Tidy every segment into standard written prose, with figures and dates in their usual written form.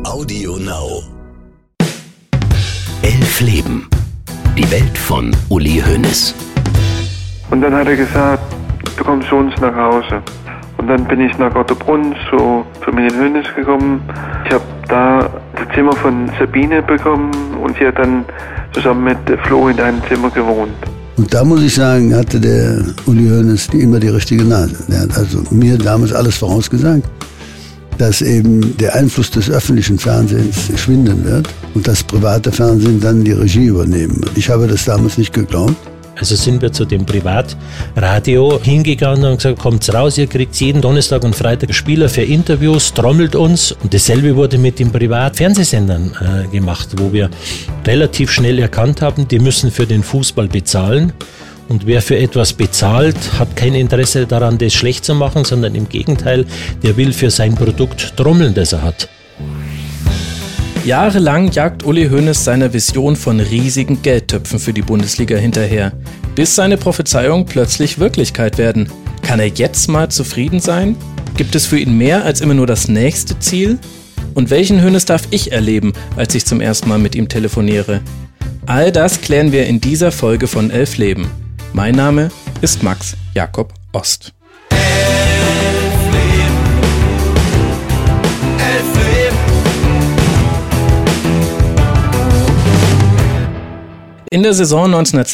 Audio Now. 11 Leben. Die Welt von Uli Hoeneß. Und dann hat er gesagt, du kommst zu uns nach Hause. Und dann bin ich nach Ottobrunn zu Familie Hoeneß gekommen. Ich habe da das Zimmer von Sabine bekommen und sie hat dann zusammen mit Flo in einem Zimmer gewohnt. Und da muss ich sagen, hatte der Uli Hoeneß immer die richtige Nase. Er hat also mir damals alles vorausgesagt, dass eben der Einfluss des öffentlichen Fernsehens schwinden wird und das private Fernsehen dann die Regie übernehmen wird. Ich habe das damals nicht geglaubt. Also sind wir zu dem Privatradio hingegangen und gesagt, kommt's raus, ihr kriegt jeden Donnerstag und Freitag Spieler für Interviews, trommelt uns. Und dasselbe wurde mit den Privatfernsehsendern gemacht, wo wir relativ schnell erkannt haben, die müssen für den Fußball bezahlen. Und wer für etwas bezahlt, hat kein Interesse daran, das schlecht zu machen, sondern im Gegenteil, der will für sein Produkt trommeln, das er hat. Jahrelang jagt Uli Hoeneß seiner Vision von riesigen Geldtöpfen für die Bundesliga hinterher, bis seine Prophezeiungen plötzlich Wirklichkeit werden. Kann er jetzt mal zufrieden sein? Gibt es für ihn mehr als immer nur das nächste Ziel? Und welchen Hoeneß darf ich erleben, als ich zum ersten Mal mit ihm telefoniere? All das klären wir in dieser Folge von 11 Leben. Mein Name ist Max Jakob Ost. In der Saison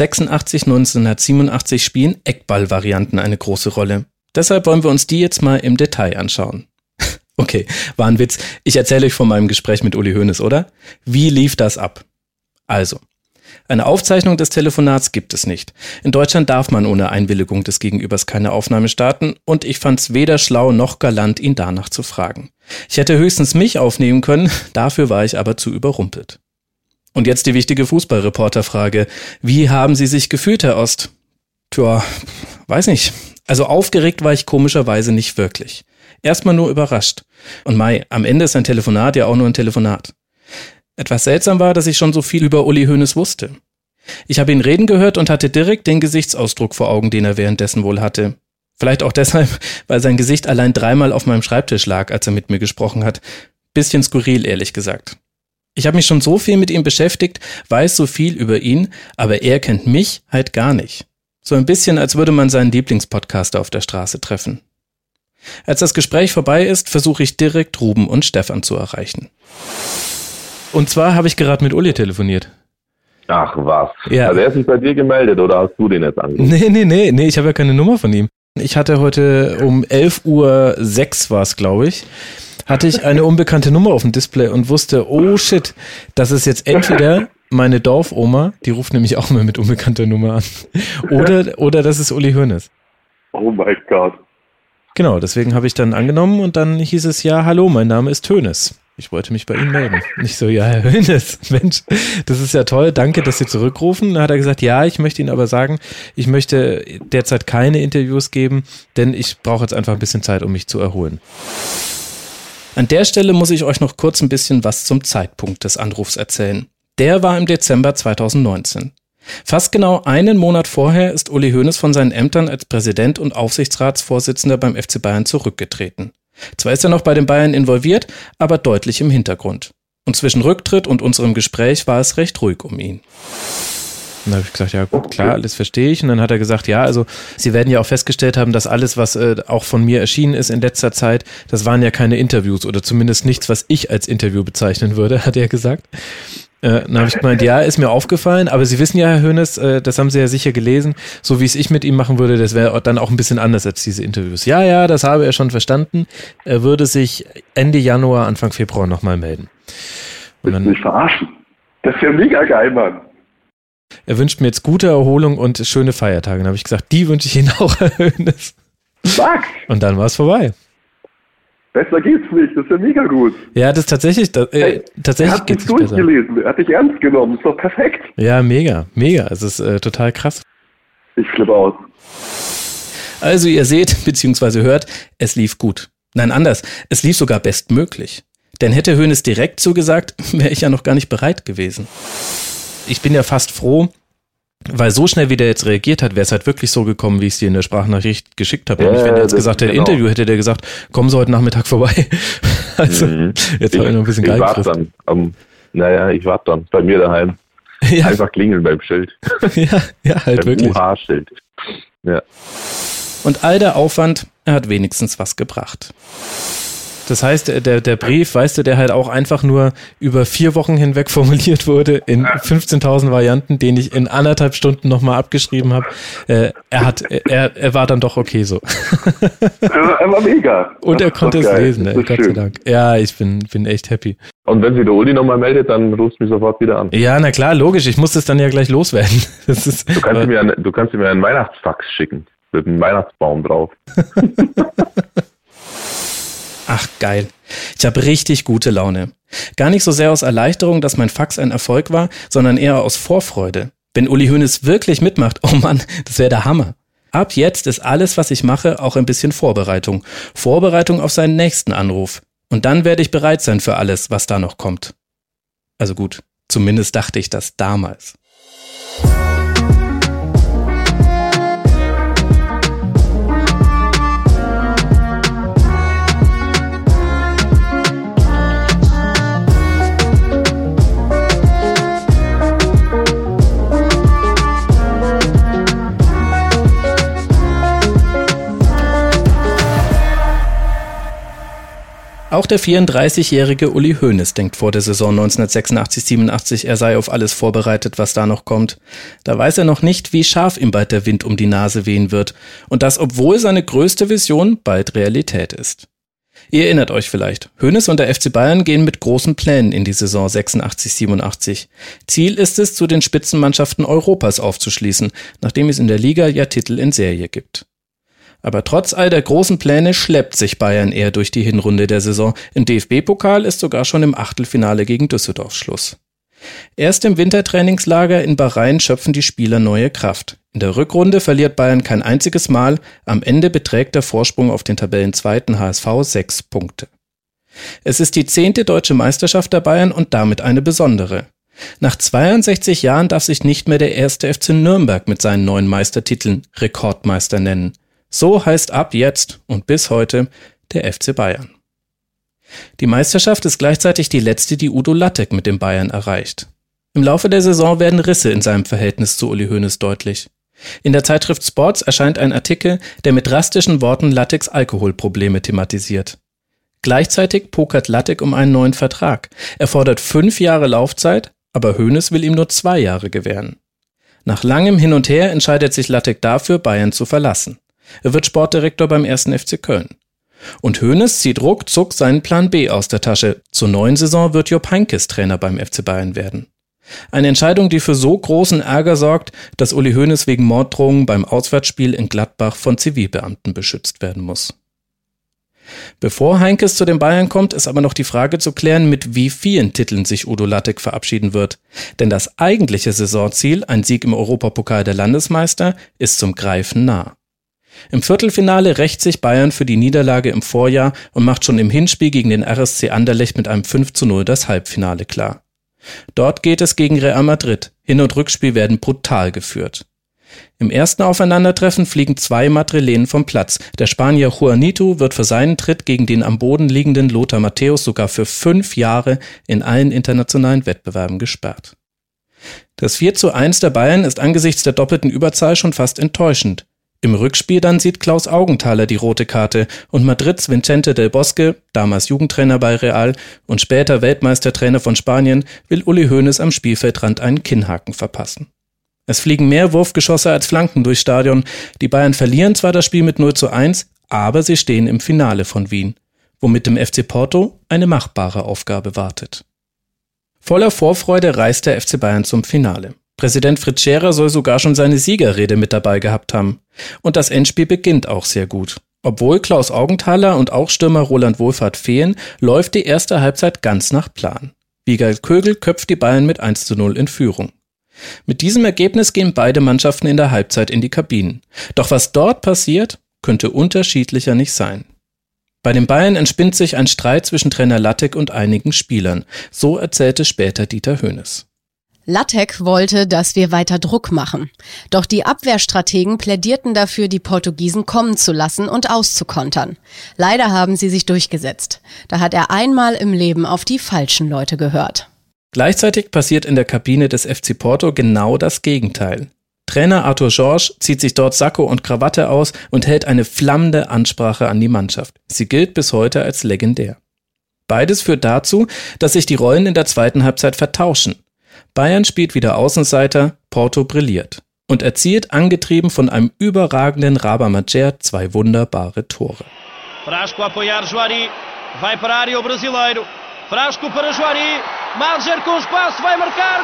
1986-1987 spielen Eckball-Varianten eine große Rolle. Deshalb wollen wir uns die jetzt mal im Detail anschauen. Okay, war ein Witz. Ich erzähle euch von meinem Gespräch mit Uli Hoeneß, oder? Wie lief das ab? Also, eine Aufzeichnung des Telefonats gibt es nicht. In Deutschland darf man ohne Einwilligung des Gegenübers keine Aufnahme starten und ich fand's weder schlau noch galant, ihn danach zu fragen. Ich hätte höchstens mich aufnehmen können, dafür war ich aber zu überrumpelt. Und jetzt die wichtige Fußballreporterfrage. Wie haben Sie sich gefühlt, Herr Ost? Tja, weiß nicht. Also aufgeregt war ich komischerweise nicht wirklich. Erstmal nur überrascht. Und am Ende ist ein Telefonat ja auch nur ein Telefonat. Etwas seltsam war, dass ich schon so viel über Uli Hoeneß wusste. Ich habe ihn reden gehört und hatte direkt den Gesichtsausdruck vor Augen, den er währenddessen wohl hatte. Vielleicht auch deshalb, weil sein Gesicht allein 3-mal auf meinem Schreibtisch lag, als er mit mir gesprochen hat. Bisschen skurril, ehrlich gesagt. Ich habe mich schon so viel mit ihm beschäftigt, weiß so viel über ihn, aber er kennt mich halt gar nicht. So ein bisschen, als würde man seinen Lieblingspodcaster auf der Straße treffen. Als das Gespräch vorbei ist, versuche ich direkt Ruben und Stefan zu erreichen. Und zwar habe ich gerade mit Uli telefoniert. Ach was. Ja. Also er hat sich bei dir gemeldet oder hast du den jetzt angerufen? Nee, ich habe ja keine Nummer von ihm. Ich hatte heute um 11:06 Uhr war es, glaube ich, hatte ich eine unbekannte Nummer auf dem Display und wusste, oh shit, das ist jetzt entweder meine Dorfoma, die ruft nämlich auch mal mit unbekannter Nummer an, oder das ist Uli Hoeneß. Oh mein Gott. Genau, deswegen habe ich dann angenommen und dann hieß es, ja, hallo, mein Name ist Hoeneß. Ich wollte mich bei Ihnen melden. Ich so, ja, Herr Hoeneß, Mensch, das ist ja toll, danke, dass Sie zurückrufen. Dann hat er gesagt, ja, ich möchte Ihnen aber sagen, ich möchte derzeit keine Interviews geben, denn ich brauche jetzt einfach ein bisschen Zeit, um mich zu erholen. An der Stelle muss ich euch noch kurz ein bisschen was zum Zeitpunkt des Anrufs erzählen. Der war im Dezember 2019. Fast genau einen Monat vorher ist Uli Hoeneß von seinen Ämtern als Präsident und Aufsichtsratsvorsitzender beim FC Bayern zurückgetreten. Zwar ist er noch bei den Bayern involviert, aber deutlich im Hintergrund. Und zwischen Rücktritt und unserem Gespräch war es recht ruhig um ihn. Und dann habe ich gesagt, ja gut, klar, alles verstehe ich. Und dann hat er gesagt, ja, also Sie werden ja auch festgestellt haben, dass alles, was auch von mir erschienen ist in letzter Zeit, das waren ja keine Interviews oder zumindest nichts, was ich als Interview bezeichnen würde, hat er gesagt. Dann habe ich gemeint, ja, ist mir aufgefallen, aber Sie wissen ja, Herr Hoeneß, das haben Sie ja sicher gelesen, so wie es ich mit ihm machen würde, das wäre dann auch ein bisschen anders als diese Interviews. Ja, das habe er schon verstanden. Er würde sich Ende Januar, Anfang Februar nochmal melden. Willst du mich verarschen? Das ist ja mega geil, Mann. Er wünscht mir jetzt gute Erholung und schöne Feiertage. Dann habe ich gesagt, die wünsche ich Ihnen auch, Herr Hoeneß. Max! Und dann war es vorbei. Besser geht's nicht, das ist ja mega gut. Ja, das ist tatsächlich Er hat dich durchgelesen, er hat dich ernst genommen, ist doch perfekt. Ja, mega. Es ist total krass. Ich flippe aus. Also ihr seht, beziehungsweise hört, es lief gut. Nein, anders, es lief sogar bestmöglich. Denn hätte Hoeneß direkt zugesagt, wäre ich ja noch gar nicht bereit gewesen. Ich bin ja fast froh, Weil so schnell, wie der jetzt reagiert hat, wäre es halt wirklich so gekommen, wie ich es dir in der Sprachnachricht geschickt habe. Nämlich, wenn er jetzt gesagt hätte, Interview, hätte der gesagt, kommen Sie heute Nachmittag vorbei. Also, jetzt habe ich noch ein bisschen Geil gefressen. Ich warte dann bei mir daheim. Ja. Einfach klingeln beim Schild. Ja, halt beim wirklich. UH-Schild. Ja. Und all der Aufwand, er hat wenigstens was gebracht. Das heißt, der Brief, weißt du, der halt auch einfach nur über 4 Wochen hinweg formuliert wurde, in 15.000 Varianten, den ich in 1,5 Stunden nochmal abgeschrieben habe. Er war dann doch okay so. Er war mega. Und er konnte es lesen, Gott sei Dank. Ja, ich bin echt happy. Und wenn sich der Uli nochmal meldet, dann rufst du mich sofort wieder an. Ja, na klar, logisch. Ich muss das dann ja gleich loswerden. Du kannst mir einen Weihnachtsfax schicken. Mit einem Weihnachtsbaum drauf. Ach, geil. Ich habe richtig gute Laune. Gar nicht so sehr aus Erleichterung, dass mein Fax ein Erfolg war, sondern eher aus Vorfreude. Wenn Uli Hoeneß wirklich mitmacht, oh Mann, das wäre der Hammer. Ab jetzt ist alles, was ich mache, auch ein bisschen Vorbereitung. Vorbereitung auf seinen nächsten Anruf. Und dann werde ich bereit sein für alles, was da noch kommt. Also gut, zumindest dachte ich das damals. Auch der 34-jährige Uli Hoeneß denkt vor der Saison 1986/87, er sei auf alles vorbereitet, was da noch kommt. Da weiß er noch nicht, wie scharf ihm bald der Wind um die Nase wehen wird. Und das, obwohl seine größte Vision bald Realität ist. Ihr erinnert euch vielleicht, Hoeneß und der FC Bayern gehen mit großen Plänen in die Saison 86/87. Ziel ist es, zu den Spitzenmannschaften Europas aufzuschließen, nachdem es in der Liga ja Titel in Serie gibt. Aber trotz all der großen Pläne schleppt sich Bayern eher durch die Hinrunde der Saison. Im DFB-Pokal ist sogar schon im Achtelfinale gegen Düsseldorf Schluss. Erst im Wintertrainingslager in Bahrain schöpfen die Spieler neue Kraft. In der Rückrunde verliert Bayern kein einziges Mal. Am Ende beträgt der Vorsprung auf den Tabellenzweiten HSV 6 Punkte. Es ist die 10. deutsche Meisterschaft der Bayern und damit eine besondere. Nach 62 Jahren darf sich nicht mehr der 1. FC Nürnberg mit seinen 9 Meistertiteln Rekordmeister nennen. So heißt ab jetzt und bis heute der FC Bayern. Die Meisterschaft ist gleichzeitig die letzte, die Udo Lattek mit den Bayern erreicht. Im Laufe der Saison werden Risse in seinem Verhältnis zu Uli Hoeneß deutlich. In der Zeitschrift Sports erscheint ein Artikel, der mit drastischen Worten Latteks Alkoholprobleme thematisiert. Gleichzeitig pokert Lattek um einen neuen Vertrag. Er fordert 5 Jahre Laufzeit, aber Hoeneß will ihm nur 2 Jahre gewähren. Nach langem Hin und Her entscheidet sich Lattek dafür, Bayern zu verlassen. Er wird Sportdirektor beim 1. FC Köln. Und Hoeneß zieht ruckzuck seinen Plan B aus der Tasche. Zur neuen Saison wird Jupp Heynckes Trainer beim FC Bayern werden. Eine Entscheidung, die für so großen Ärger sorgt, dass Uli Hoeneß wegen Morddrohungen beim Auswärtsspiel in Gladbach von Zivilbeamten beschützt werden muss. Bevor Heynckes zu den Bayern kommt, ist aber noch die Frage zu klären, mit wie vielen Titeln sich Udo Lattek verabschieden wird. Denn das eigentliche Saisonziel, ein Sieg im Europapokal der Landesmeister, ist zum Greifen nah. Im Viertelfinale rächt sich Bayern für die Niederlage im Vorjahr und macht schon im Hinspiel gegen den RSC Anderlecht mit einem 5:0 das Halbfinale klar. Dort geht es gegen Real Madrid. Hin- und Rückspiel werden brutal geführt. Im ersten Aufeinandertreffen fliegen 2 Madrilenen vom Platz. Der Spanier Juanito wird für seinen Tritt gegen den am Boden liegenden Lothar Matthäus sogar für 5 Jahre in allen internationalen Wettbewerben gesperrt. Das 4:1 der Bayern ist angesichts der doppelten Überzahl schon fast enttäuschend. Im Rückspiel dann sieht Klaus Augenthaler die rote Karte und Madrids Vicente del Bosque, damals Jugendtrainer bei Real und später Weltmeistertrainer von Spanien, will Uli Hoeneß am Spielfeldrand einen Kinnhaken verpassen. Es fliegen mehr Wurfgeschosse als Flanken durchs Stadion. Die Bayern verlieren zwar das Spiel mit 0:1, aber sie stehen im Finale von Wien, womit dem FC Porto eine machbare Aufgabe wartet. Voller Vorfreude reist der FC Bayern zum Finale. Präsident Fritz Scherer soll sogar schon seine Siegerrede mit dabei gehabt haben. Und das Endspiel beginnt auch sehr gut. Obwohl Klaus Augenthaler und auch Stürmer Roland Wohlfahrt fehlen, läuft die erste Halbzeit ganz nach Plan. Wiegald Kögel köpft die Bayern mit 1:0 in Führung. Mit diesem Ergebnis gehen beide Mannschaften in der Halbzeit in die Kabinen. Doch was dort passiert, könnte unterschiedlicher nicht sein. Bei den Bayern entspinnt sich ein Streit zwischen Trainer Lattek und einigen Spielern. So erzählte später Dieter Hoeneß. Lattek wollte, dass wir weiter Druck machen. Doch die Abwehrstrategen plädierten dafür, die Portugiesen kommen zu lassen und auszukontern. Leider haben sie sich durchgesetzt. Da hat er einmal im Leben auf die falschen Leute gehört. Gleichzeitig passiert in der Kabine des FC Porto genau das Gegenteil. Trainer Arthur Jorge zieht sich dort Sakko und Krawatte aus und hält eine flammende Ansprache an die Mannschaft. Sie gilt bis heute als legendär. Beides führt dazu, dass sich die Rollen in der zweiten Halbzeit vertauschen. Bayern spielt wieder Außenseiter, Porto brilliert und erzielt, angetrieben von einem überragenden Raba Majer, 2 wunderbare Tore. Frasco a apoiar Juari, vai para a área o brasileiro. Frasco para Juari, Majer com espaço, vai marcar,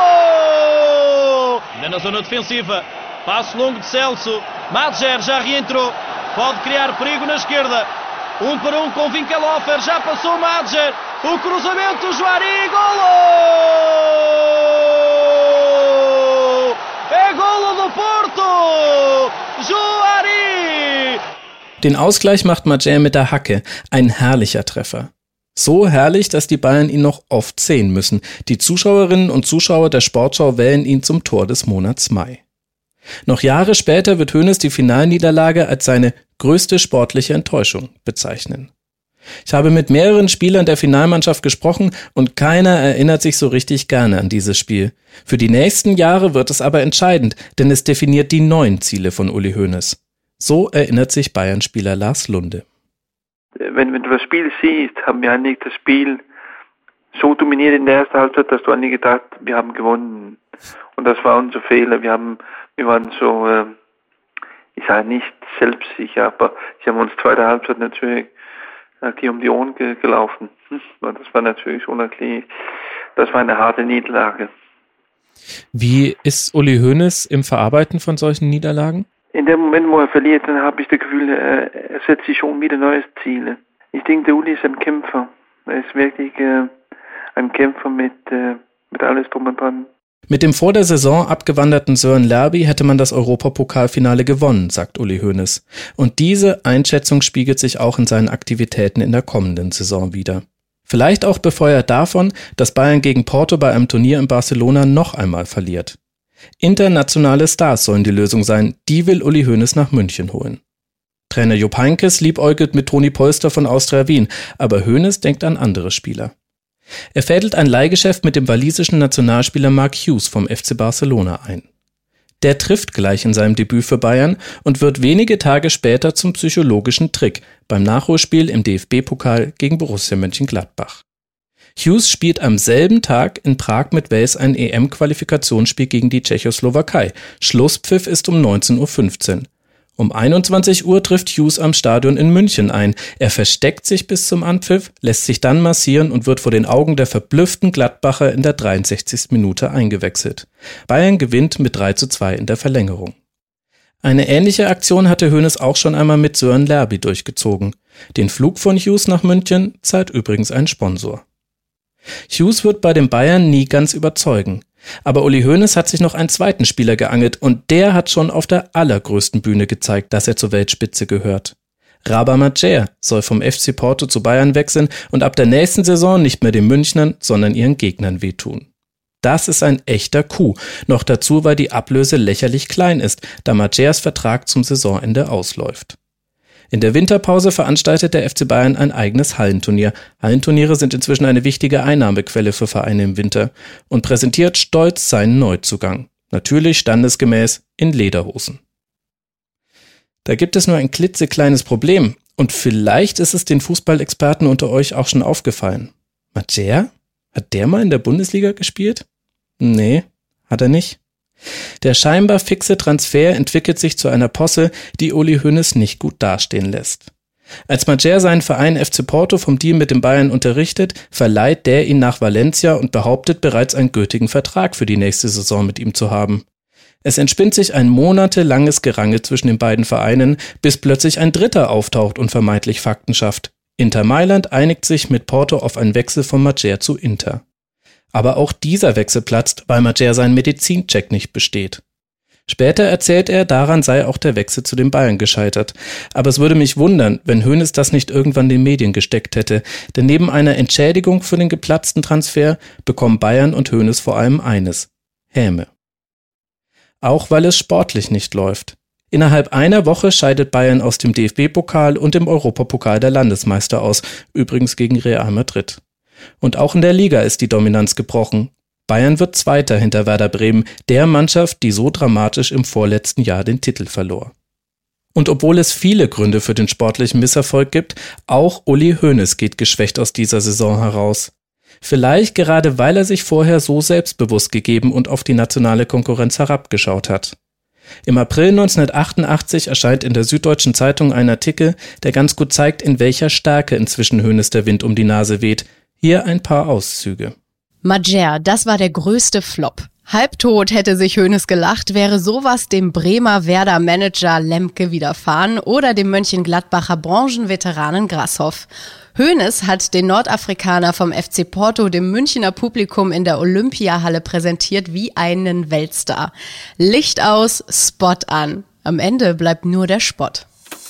golo! Ainda na zona defensiva, passo longo de Celso, Majer já reentrou, pode criar perigo na esquerda. 1 para 1 com Winkelhofer, já passou Majer, o cruzamento, Juari, golo! É golo do Porto! Juari! Den Ausgleich macht Majer mit der Hacke, ein herrlicher Treffer. So herrlich, dass die Bayern ihn noch oft sehen müssen. Die Zuschauerinnen und Zuschauer der Sportschau wählen ihn zum Tor des Monats Mai. Noch Jahre später wird Hoeneß die Finalniederlage als seine größte sportliche Enttäuschung bezeichnen. Ich habe mit mehreren Spielern der Finalmannschaft gesprochen und keiner erinnert sich so richtig gerne an dieses Spiel. Für die nächsten Jahre wird es aber entscheidend, denn es definiert die neuen Ziele von Uli Hoeneß. So erinnert sich Bayern-Spieler Lars Lunde. Wenn du das Spiel siehst, haben wir eigentlich das Spiel so dominiert in der ersten Halbzeit, dass du eigentlich gedacht, wir haben gewonnen. Und das war unser Fehler. Wir waren so, ich sage nicht selbstsicher, aber sie haben uns zweite Halbzeit natürlich um die Ohren gelaufen. Das war natürlich unerklärlich. Das war eine harte Niederlage. Wie ist Uli Hoeneß im Verarbeiten von solchen Niederlagen? In dem Moment, wo er verliert, dann habe ich das Gefühl, er setzt sich schon wieder neue Ziele. Ich denke, der Uli ist ein Kämpfer. Er ist wirklich ein Kämpfer mit alles drum und dran. Mit dem vor der Saison abgewanderten Søren Lerby hätte man das Europapokalfinale gewonnen, sagt Uli Hoeneß. Und diese Einschätzung spiegelt sich auch in seinen Aktivitäten in der kommenden Saison wider. Vielleicht auch befeuert davon, dass Bayern gegen Porto bei einem Turnier in Barcelona noch einmal verliert. Internationale Stars sollen die Lösung sein, die will Uli Hoeneß nach München holen. Trainer Jupp Heynckes liebäugelt mit Toni Polster von Austria Wien, aber Hoeneß denkt an andere Spieler. Er fädelt ein Leihgeschäft mit dem walisischen Nationalspieler Mark Hughes vom FC Barcelona ein. Der trifft gleich in seinem Debüt für Bayern und wird wenige Tage später zum psychologischen Trick beim Nachholspiel im DFB-Pokal gegen Borussia Mönchengladbach. Hughes spielt am selben Tag in Prag mit Wales ein EM-Qualifikationsspiel gegen die Tschechoslowakei. Schlusspfiff ist um 19:15 Uhr. Um 21 Uhr trifft Hughes am Stadion in München ein. Er versteckt sich bis zum Anpfiff, lässt sich dann massieren und wird vor den Augen der verblüfften Gladbacher in der 63. Minute eingewechselt. Bayern gewinnt mit 3:2 in der Verlängerung. Eine ähnliche Aktion hatte Hoeneß auch schon einmal mit Søren Lerby durchgezogen. Den Flug von Hughes nach München zahlt übrigens ein Sponsor. Hughes wird bei den Bayern nie ganz überzeugen. Aber Uli Hoeneß hat sich noch einen zweiten Spieler geangelt und der hat schon auf der allergrößten Bühne gezeigt, dass er zur Weltspitze gehört. Raba Majer soll vom FC Porto zu Bayern wechseln und ab der nächsten Saison nicht mehr den Münchnern, sondern ihren Gegnern wehtun. Das ist ein echter Coup, noch dazu, weil die Ablöse lächerlich klein ist, da Majers Vertrag zum Saisonende ausläuft. In der Winterpause veranstaltet der FC Bayern ein eigenes Hallenturnier. Hallenturniere sind inzwischen eine wichtige Einnahmequelle für Vereine im Winter und präsentiert stolz seinen Neuzugang. Natürlich standesgemäß in Lederhosen. Da gibt es nur ein klitzekleines Problem und vielleicht ist es den Fußballexperten unter euch auch schon aufgefallen. Majer? Hat der mal in der Bundesliga gespielt? Nee, hat er nicht. Der scheinbar fixe Transfer entwickelt sich zu einer Posse, die Uli Hoeneß nicht gut dastehen lässt. Als Majer seinen Verein FC Porto vom Deal mit den Bayern unterrichtet, verleiht der ihn nach Valencia und behauptet bereits einen gültigen Vertrag für die nächste Saison mit ihm zu haben. Es entspinnt sich ein monatelanges Gerangel zwischen den beiden Vereinen, bis plötzlich ein Dritter auftaucht und vermeintlich Fakten schafft. Inter Mailand einigt sich mit Porto auf einen Wechsel von Majer zu Inter. Aber auch dieser Wechsel platzt, weil Majer seinen Medizincheck nicht besteht. Später erzählt er, daran sei auch der Wechsel zu den Bayern gescheitert. Aber es würde mich wundern, wenn Hoeneß das nicht irgendwann den Medien gesteckt hätte. Denn neben einer Entschädigung für den geplatzten Transfer bekommen Bayern und Hoeneß vor allem eines: Häme. Auch weil es sportlich nicht läuft. Innerhalb einer Woche scheidet Bayern aus dem DFB-Pokal und dem Europapokal der Landesmeister aus, übrigens gegen Real Madrid. Und auch in der Liga ist die Dominanz gebrochen. Bayern wird Zweiter hinter Werder Bremen, der Mannschaft, die so dramatisch im vorletzten Jahr den Titel verlor. Und obwohl es viele Gründe für den sportlichen Misserfolg gibt, auch Uli Hoeneß geht geschwächt aus dieser Saison heraus. Vielleicht gerade, weil er sich vorher so selbstbewusst gegeben und auf die nationale Konkurrenz herabgeschaut hat. Im April 1988 erscheint in der Süddeutschen Zeitung ein Artikel, der ganz gut zeigt, in welcher Stärke inzwischen Hoeneß der Wind um die Nase weht. Hier ein paar Auszüge. Majer, das war der größte Flop. Halbtot hätte sich Hoeneß gelacht, wäre sowas dem Bremer Werder-Manager Lemke widerfahren oder dem Mönchengladbacher Branchenveteranen Grasshoff. Hoeneß hat den Nordafrikaner vom FC Porto dem Münchner Publikum in der Olympiahalle präsentiert wie einen Weltstar. Licht aus, Spot an. Am Ende bleibt nur der Spott.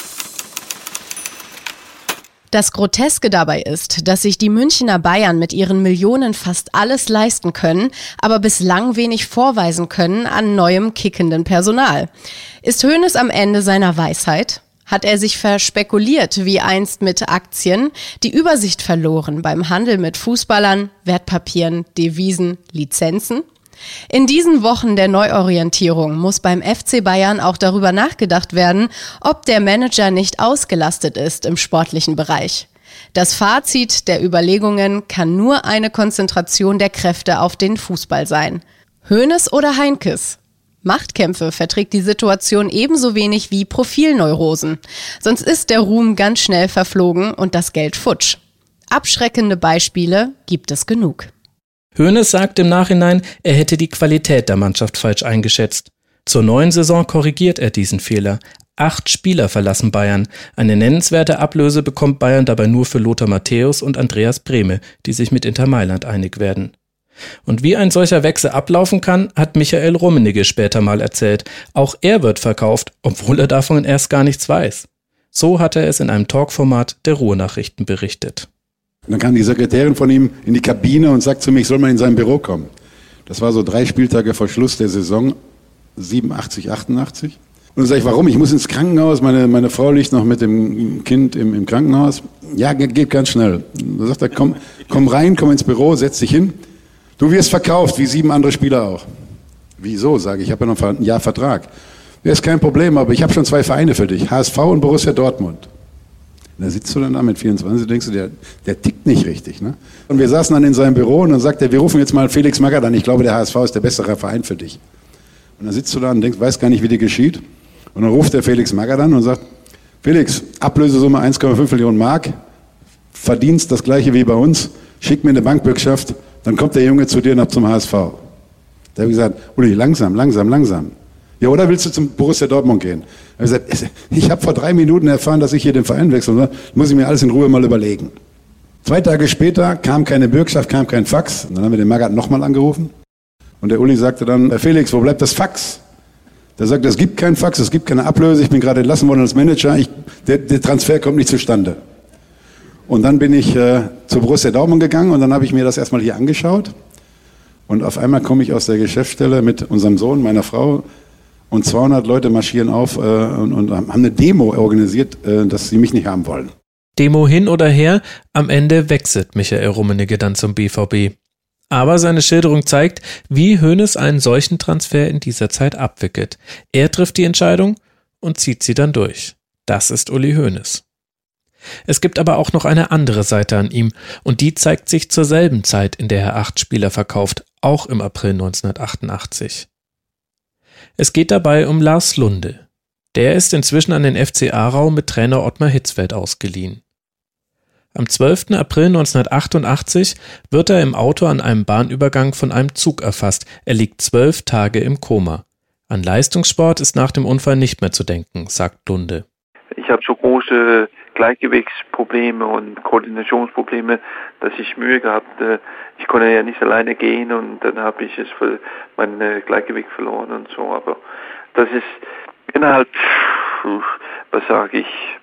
Das Groteske dabei ist, dass sich die Münchner Bayern mit ihren Millionen fast alles leisten können, aber bislang wenig vorweisen können an neuem kickenden Personal. Ist Hoeneß am Ende seiner Weisheit? Hat er sich verspekuliert wie einst mit Aktien, die Übersicht verloren beim Handel mit Fußballern, Wertpapieren, Devisen, Lizenzen? In diesen Wochen der Neuorientierung muss beim FC Bayern auch darüber nachgedacht werden, ob der Manager nicht ausgelastet ist im sportlichen Bereich. Das Fazit der Überlegungen kann nur eine Konzentration der Kräfte auf den Fußball sein. Hoeneß oder Heinkes? Machtkämpfe verträgt die Situation ebenso wenig wie Profilneurosen. Sonst ist der Ruhm ganz schnell verflogen und das Geld futsch. Abschreckende Beispiele gibt es genug. Hoeneß sagt im Nachhinein, er hätte die Qualität der Mannschaft falsch eingeschätzt. Zur neuen Saison korrigiert er diesen Fehler. 8 Spieler verlassen Bayern. Eine nennenswerte Ablöse bekommt Bayern dabei nur für Lothar Matthäus und Andreas Brehme, die sich mit Inter Mailand einig werden. Und wie ein solcher Wechsel ablaufen kann, hat Michael Rummenigge später mal erzählt. Auch er wird verkauft, obwohl er davon erst gar nichts weiß. So hat er es in einem Talkformat der Ruhrnachrichten berichtet. Und dann kam die Sekretärin von ihm in die Kabine und sagt zu mir, ich soll mal in sein Büro kommen. Das war so 3 Spieltage vor Schluss der Saison, 87, 88. Und dann sage ich, warum? Ich muss ins Krankenhaus, meine Frau liegt noch mit dem Kind im Krankenhaus. Ja, geht ganz schnell. Da sagt er, komm rein, komm ins Büro, setz dich hin. Du wirst verkauft, wie 7 andere Spieler auch. Wieso, sage ich, habe ja noch ein Jahr Vertrag. Ja, ist kein Problem, aber ich habe schon 2 Vereine für dich, HSV und Borussia Dortmund. Und da sitzt du dann da mit 24 und denkst du, der tickt nicht richtig. Ne? Und wir saßen dann in seinem Büro und dann sagt er, wir rufen jetzt mal Felix Magath an, ich glaube, der HSV ist der bessere Verein für dich. Und dann sitzt du da und denkst, weiß gar nicht, wie dir geschieht. Und dann ruft der Felix Magath an und sagt, Felix, Ablösesumme 1,5 Millionen Mark, Verdienst das gleiche wie bei uns, schick mir eine Bankbürgschaft, dann kommt der Junge zu dir und ab zum HSV. Da habe ich gesagt, Uli, langsam. Ja, oder willst du zum Borussia Dortmund gehen? Da habe ich gesagt, ich habe vor 3 Minuten erfahren, dass ich hier den Verein wechsle. Ne? Muss ich mir alles in Ruhe mal überlegen. 2 Tage später kam keine Bürgschaft, kam kein Fax. Und dann haben wir den Magath nochmal angerufen. Und der Uli sagte dann, Herr Felix, wo bleibt das Fax? Der sagte, es gibt kein Fax, es gibt keine Ablöse, ich bin gerade entlassen worden als Manager, der Transfer kommt nicht zustande. Und dann bin ich zu Borussia Dortmund gegangen und dann habe ich mir das erstmal hier angeschaut. Und auf einmal komme ich aus der Geschäftsstelle mit unserem Sohn, meiner Frau, und 200 Leute marschieren auf und haben eine Demo organisiert, dass sie mich nicht haben wollen. Demo hin oder her, am Ende wechselt Michael Rummenigge dann zum BVB. Aber seine Schilderung zeigt, wie Hoeneß einen solchen Transfer in dieser Zeit abwickelt. Er trifft die Entscheidung und zieht sie dann durch. Das ist Uli Hoeneß. Es gibt aber auch noch eine andere Seite an ihm und die zeigt sich zur selben Zeit, in der er 8 Spieler verkauft, auch im April 1988. Es geht dabei um Lars Lunde. Der ist inzwischen an den FC Aarau mit Trainer Ottmar Hitzfeld ausgeliehen. Am 12. April 1988 wird er im Auto an einem Bahnübergang von einem Zug erfasst. Er liegt 12 Tage im Koma. An Leistungssport ist nach dem Unfall nicht mehr zu denken, sagt Lunde. Ich habe so große Gleichgewichtsprobleme und Koordinationsprobleme, dass ich Mühe gehabt. Ich konnte ja nicht alleine gehen und dann habe ich mein Gleichgewicht verloren und so. Aber Das ist innerhalb, was sage ich,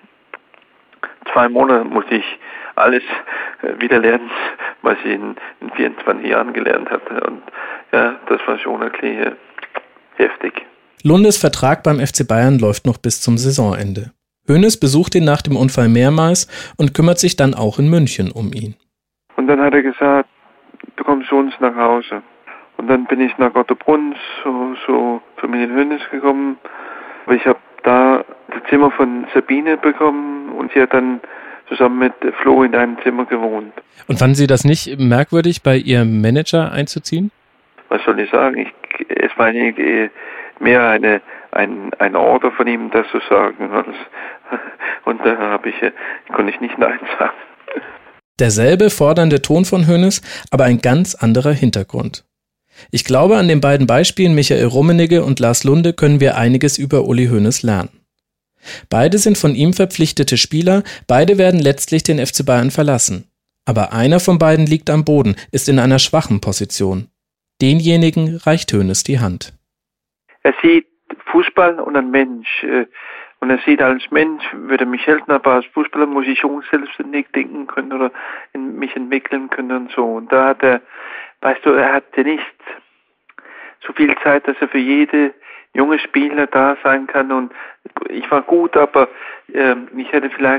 2 Monate muss ich alles wieder lernen, was ich in 24 Jahren gelernt hatte. Und ja, das war schon wirklich heftig. Lundes Vertrag beim FC Bayern läuft noch bis zum Saisonende. Hoeneß besucht ihn nach dem Unfall mehrmals und kümmert sich dann auch in München um ihn. Und dann hat er gesagt, du kommst zu uns nach Hause. Und dann bin ich nach Ottobrunn so zu mir in Hoeneß gekommen. Ich habe da das Zimmer von Sabine bekommen und sie hat dann zusammen mit Flo in einem Zimmer gewohnt. Und fanden Sie das nicht merkwürdig, bei Ihrem Manager einzuziehen? Was soll ich sagen? Es war mehr ein Order von ihm, das zu sagen. Und da konnte ich nicht Nein sagen. Derselbe fordernde Ton von Hoeneß, aber ein ganz anderer Hintergrund. Ich glaube, an den beiden Beispielen Michael Rummenigge und Lars Lunde können wir einiges über Uli Hoeneß lernen. Beide sind von ihm verpflichtete Spieler, beide werden letztlich den FC Bayern verlassen. Aber einer von beiden liegt am Boden, ist in einer schwachen Position. Denjenigen reicht Hoeneß die Hand. Er sieht Fußball und ein Mensch. Und er sieht, als Mensch würde er mich helfen, aber als Fußballer muss ich schon selbstständig denken können oder mich entwickeln können und so. Und da hat er, er hatte nicht so viel Zeit, dass er für jede junge Spieler da sein kann. Und ich war gut, aber ich hätte vielleicht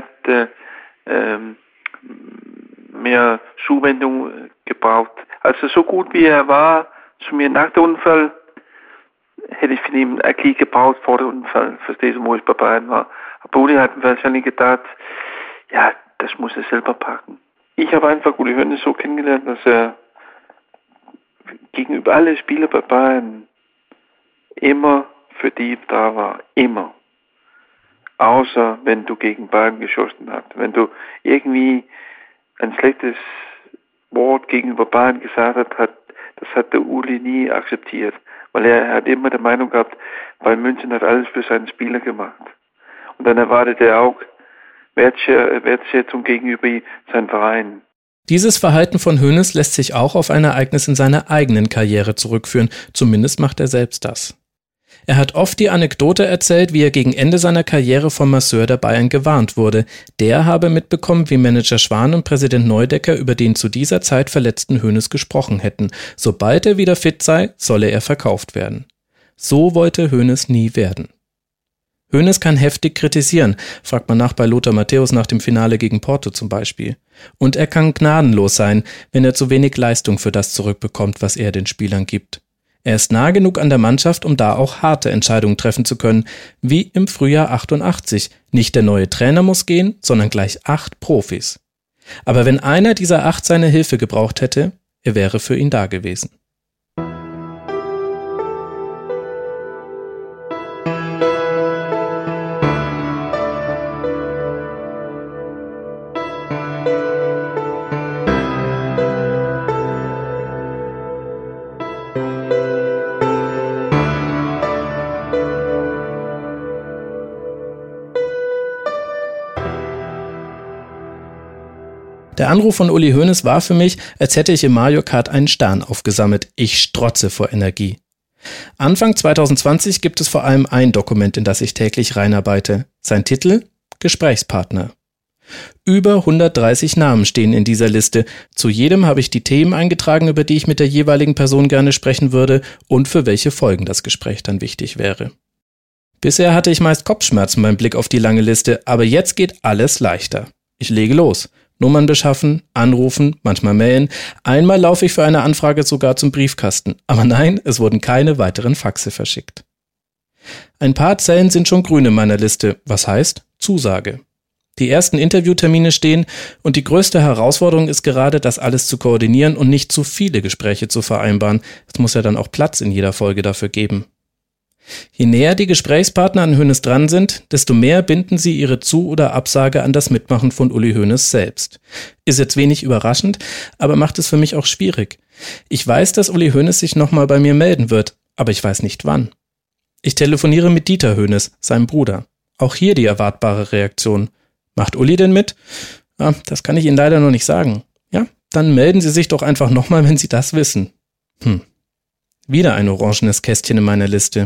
mehr Zuwendung gebraucht. Also so gut wie er war zu mir nach dem Unfall, hätte ich von ihm eigentlich gebraucht vor dem Unfall, verstehst du, wo ich bei Bayern war. Aber Uli hat wahrscheinlich gedacht, ja, das muss er selber packen. Ich habe einfach Uli Hoeneß so kennengelernt, dass er gegenüber alle Spieler bei Bayern immer für die da war, immer. Außer wenn du gegen Bayern geschossen hast. Wenn du irgendwie ein schlechtes Wort gegenüber Bayern gesagt hast, das hat der Uli nie akzeptiert. Weil er hat immer der Meinung gehabt, Bayern München hat alles für seinen Spieler gemacht. Und dann erwartet er auch Wertschätzung gegenüber seinem Verein. Dieses Verhalten von Hoeneß lässt sich auch auf ein Ereignis in seiner eigenen Karriere zurückführen. Zumindest macht er selbst das. Er hat oft die Anekdote erzählt, wie er gegen Ende seiner Karriere vom Masseur der Bayern gewarnt wurde. Der habe mitbekommen, wie Manager Schwan und Präsident Neudecker über den zu dieser Zeit verletzten Hoeneß gesprochen hätten. Sobald er wieder fit sei, solle er verkauft werden. So wollte Hoeneß nie werden. Hoeneß kann heftig kritisieren, fragt man nach bei Lothar Matthäus nach dem Finale gegen Porto zum Beispiel. Und er kann gnadenlos sein, wenn er zu wenig Leistung für das zurückbekommt, was er den Spielern gibt. Er ist nah genug an der Mannschaft, um da auch harte Entscheidungen treffen zu können, wie im Frühjahr 88. Nicht der neue Trainer muss gehen, sondern gleich 8 Profis. Aber wenn einer dieser 8 seine Hilfe gebraucht hätte, er wäre für ihn da gewesen. Der Anruf von Uli Hoeneß war für mich, als hätte ich im Mario Kart einen Stern aufgesammelt. Ich strotze vor Energie. Anfang 2020 gibt es vor allem ein Dokument, in das ich täglich reinarbeite. Sein Titel? Gesprächspartner. Über 130 Namen stehen in dieser Liste. Zu jedem habe ich die Themen eingetragen, über die ich mit der jeweiligen Person gerne sprechen würde und für welche Folgen das Gespräch dann wichtig wäre. Bisher hatte ich meist Kopfschmerzen beim Blick auf die lange Liste, aber jetzt geht alles leichter. Ich lege los. Nummern beschaffen, anrufen, manchmal mailen. Einmal laufe ich für eine Anfrage sogar zum Briefkasten. Aber nein, es wurden keine weiteren Faxe verschickt. Ein paar Zellen sind schon grün in meiner Liste, was heißt Zusage. Die ersten Interviewtermine stehen und die größte Herausforderung ist gerade, das alles zu koordinieren und nicht zu viele Gespräche zu vereinbaren. Es muss ja dann auch Platz in jeder Folge dafür geben. Je näher die Gesprächspartner an Hoeneß dran sind, desto mehr binden sie ihre Zu- oder Absage an das Mitmachen von Uli Hoeneß selbst. Ist jetzt wenig überraschend, aber macht es für mich auch schwierig. Ich weiß, dass Uli Hoeneß sich nochmal bei mir melden wird, aber ich weiß nicht wann. Ich telefoniere mit Dieter Hoeneß, seinem Bruder. Auch hier die erwartbare Reaktion. Macht Uli denn mit? Ja, das kann ich Ihnen leider noch nicht sagen. Ja, dann melden Sie sich doch einfach nochmal, wenn Sie das wissen. Wieder ein orangenes Kästchen in meiner Liste.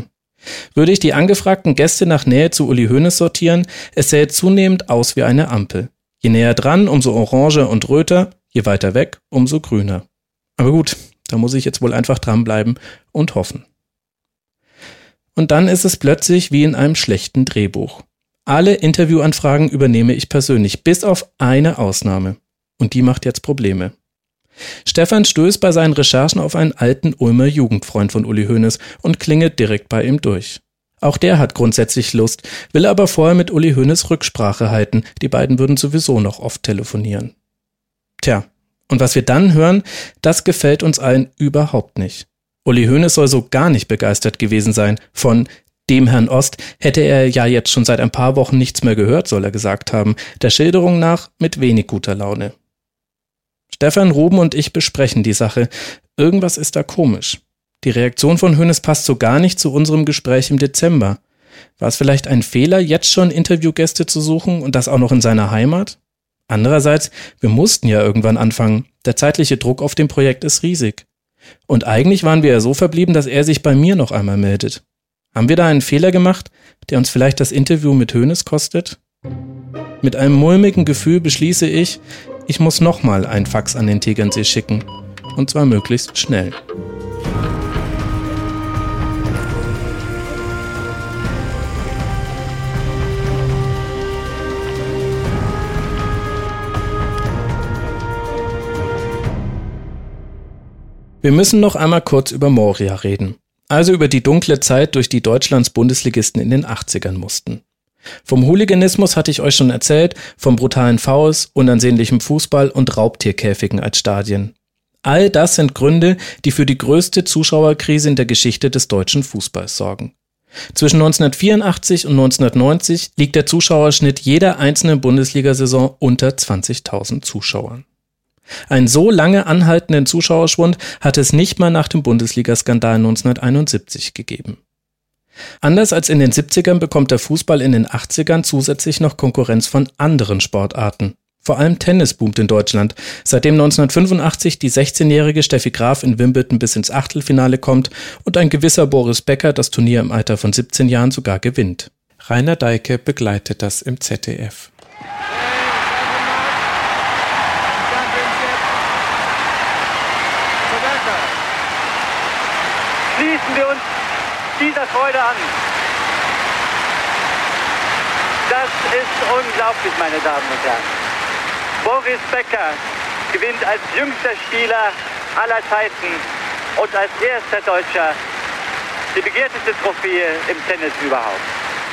Würde ich die angefragten Gäste nach Nähe zu Uli Hoeneß sortieren, es sähe zunehmend aus wie eine Ampel. Je näher dran, umso oranger und röter, je weiter weg, umso grüner. Aber gut, da muss ich jetzt wohl einfach dranbleiben und hoffen. Und dann ist es plötzlich wie in einem schlechten Drehbuch. Alle Interviewanfragen übernehme ich persönlich, bis auf eine Ausnahme. Und die macht jetzt Probleme. Stefan stößt bei seinen Recherchen auf einen alten Ulmer Jugendfreund von Uli Hoeneß und klingelt direkt bei ihm durch. Auch der hat grundsätzlich Lust, will aber vorher mit Uli Hoeneß Rücksprache halten, die beiden würden sowieso noch oft telefonieren. Tja, und was wir dann hören, das gefällt uns allen überhaupt nicht. Uli Hoeneß soll so gar nicht begeistert gewesen sein. Von dem Herrn Ost hätte er ja jetzt schon seit ein paar Wochen nichts mehr gehört, soll er gesagt haben, der Schilderung nach mit wenig guter Laune. Stefan, Ruben und ich besprechen die Sache. Irgendwas ist da komisch. Die Reaktion von Hoeneß passt so gar nicht zu unserem Gespräch im Dezember. War es vielleicht ein Fehler, jetzt schon Interviewgäste zu suchen und das auch noch in seiner Heimat? Andererseits, wir mussten ja irgendwann anfangen. Der zeitliche Druck auf dem Projekt ist riesig. Und eigentlich waren wir ja so verblieben, dass er sich bei mir noch einmal meldet. Haben wir da einen Fehler gemacht, der uns vielleicht das Interview mit Hoeneß kostet? Mit einem mulmigen Gefühl beschließe ich muss nochmal ein Fax an den Tegernsee schicken. Und zwar möglichst schnell. Wir müssen noch einmal kurz über Moria reden. Also über die dunkle Zeit, durch die Deutschlands Bundesligisten in den 80ern mussten. Vom Hooliganismus hatte ich euch schon erzählt, vom brutalen Fouls, unansehnlichem Fußball und Raubtierkäfigen als Stadien. All das sind Gründe, die für die größte Zuschauerkrise in der Geschichte des deutschen Fußballs sorgen. Zwischen 1984 und 1990 liegt der Zuschauerschnitt jeder einzelnen Bundesliga-Saison unter 20.000 Zuschauern. Einen so lange anhaltenden Zuschauerschwund hat es nicht mal nach dem Bundesliga-Skandal 1971 gegeben. Anders als in den 70ern bekommt der Fußball in den 80ern zusätzlich noch Konkurrenz von anderen Sportarten. Vor allem Tennis boomt in Deutschland, seitdem 1985 die 16-jährige Steffi Graf in Wimbledon bis ins Achtelfinale kommt und ein gewisser Boris Becker das Turnier im Alter von 17 Jahren sogar gewinnt. Rainer Dahlke begleitet das im ZDF. Schließen wir uns dieser Freude an. Das ist unglaublich, meine Damen und Herren. Boris Becker gewinnt als jüngster Spieler aller Zeiten und als erster Deutscher die begehrteste Trophäe im Tennis überhaupt.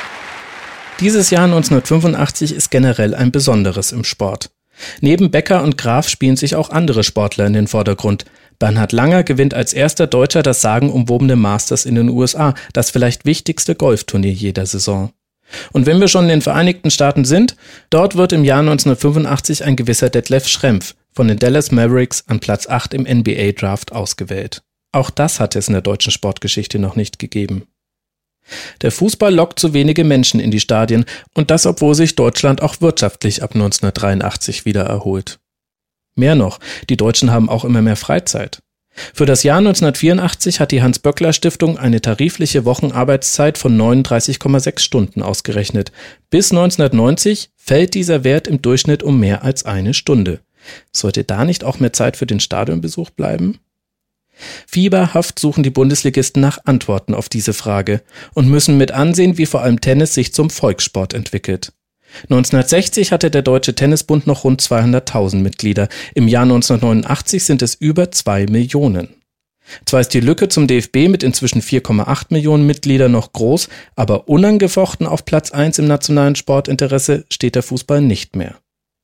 Dieses Jahr 1985 ist generell ein besonderes im Sport. Neben Becker und Graf spielen sich auch andere Sportler in den Vordergrund. Bernhard Langer gewinnt als erster Deutscher das sagenumwobene Masters in den USA, das vielleicht wichtigste Golfturnier jeder Saison. Und wenn wir schon in den Vereinigten Staaten sind, dort wird im Jahr 1985 ein gewisser Detlef Schrempf von den Dallas Mavericks an Platz 8 im NBA-Draft ausgewählt. Auch das hat es in der deutschen Sportgeschichte noch nicht gegeben. Der Fußball lockt zu wenige Menschen in die Stadien und das, obwohl sich Deutschland auch wirtschaftlich ab 1983 wieder erholt. Mehr noch, die Deutschen haben auch immer mehr Freizeit. Für das Jahr 1984 hat die Hans-Böckler-Stiftung eine tarifliche Wochenarbeitszeit von 39,6 Stunden ausgerechnet. Bis 1990 fällt dieser Wert im Durchschnitt um mehr als eine Stunde. Sollte da nicht auch mehr Zeit für den Stadionbesuch bleiben? Fieberhaft suchen die Bundesligisten nach Antworten auf diese Frage und müssen mit ansehen, wie vor allem Tennis sich zum Volkssport entwickelt. 1960 hatte der Deutsche Tennisbund noch rund 200.000 Mitglieder. Im Jahr 1989 sind es über 2 Millionen. Zwar ist die Lücke zum DFB mit inzwischen 4,8 Millionen Mitgliedern noch groß, aber unangefochten auf Platz 1 im nationalen Sportinteresse steht der Fußball nicht mehr.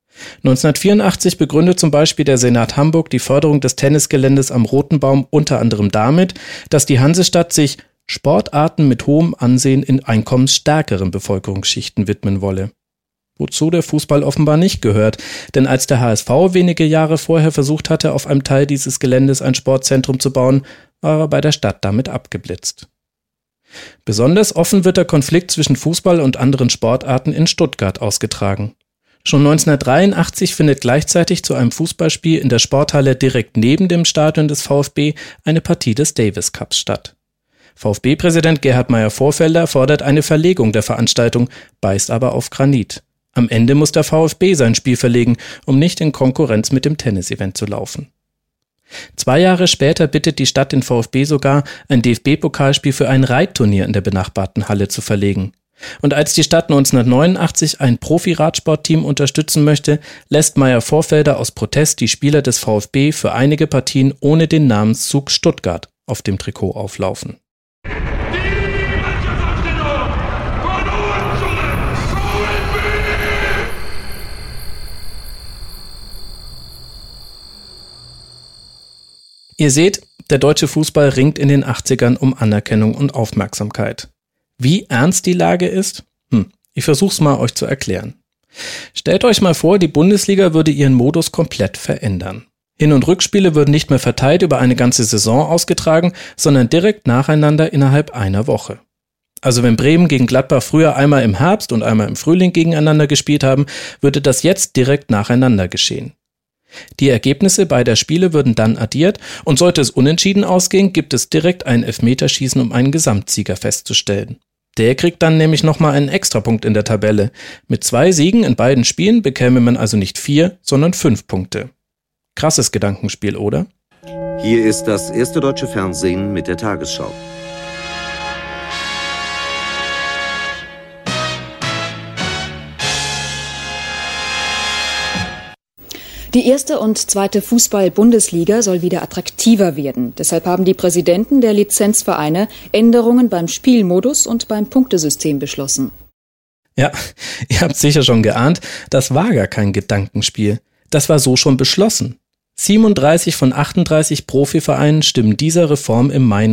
1984 begründet zum Beispiel der Senat Hamburg die Förderung des Tennisgeländes am Roten Baum unter anderem damit, dass die Hansestadt sich Sportarten mit hohem Ansehen in einkommensstärkeren Bevölkerungsschichten widmen wolle. Wozu der Fußball offenbar nicht gehört, denn als der HSV wenige Jahre vorher versucht hatte, auf einem Teil dieses Geländes ein Sportzentrum zu bauen, war er bei der Stadt damit abgeblitzt. Besonders offen wird der Konflikt zwischen Fußball und anderen Sportarten in Stuttgart ausgetragen. Schon 1983 findet gleichzeitig zu einem Fußballspiel in der Sporthalle direkt neben dem Stadion des VfB eine Partie des Davis Cups statt. VfB-Präsident Gerhard Meyer-Vorfelder fordert eine Verlegung der Veranstaltung, beißt aber auf Granit. Am Ende muss der VfB sein Spiel verlegen, um nicht in Konkurrenz mit dem Tennisevent zu laufen. 2 Jahre später bittet die Stadt den VfB sogar, ein DFB-Pokalspiel für ein Reitturnier in der benachbarten Halle zu verlegen. Und als die Stadt 1989 ein Profi-Radsportteam unterstützen möchte, lässt Meyer-Vorfelder aus Protest die Spieler des VfB für einige Partien ohne den Namenszug Stuttgart auf dem Trikot auflaufen. Ihr seht, der deutsche Fußball ringt in den 80ern um Anerkennung und Aufmerksamkeit. Wie ernst die Lage ist? Ich versuch's mal euch zu erklären. Stellt euch mal vor, die Bundesliga würde ihren Modus komplett verändern. Hin- und Rückspiele würden nicht mehr verteilt über eine ganze Saison ausgetragen, sondern direkt nacheinander innerhalb einer Woche. Also wenn Bremen gegen Gladbach früher einmal im Herbst und einmal im Frühling gegeneinander gespielt haben, würde das jetzt direkt nacheinander geschehen. Die Ergebnisse beider Spiele würden dann addiert und sollte es unentschieden ausgehen, gibt es direkt ein Elfmeterschießen, um einen Gesamtsieger festzustellen. Der kriegt dann nämlich nochmal einen Extrapunkt in der Tabelle. Mit 2 Siegen in beiden Spielen bekäme man also nicht 4, sondern 5 Punkte. Krasses Gedankenspiel, oder? Hier ist das erste deutsche Fernsehen mit der Tagesschau. Die erste und zweite Fußball-Bundesliga soll wieder attraktiver werden. Deshalb haben die Präsidenten der Lizenzvereine Änderungen beim Spielmodus und beim Punktesystem beschlossen. Ja, ihr habt sicher schon geahnt, das war gar kein Gedankenspiel. Das war so schon beschlossen. 37 von 38 Profivereinen stimmen dieser Reform im Mai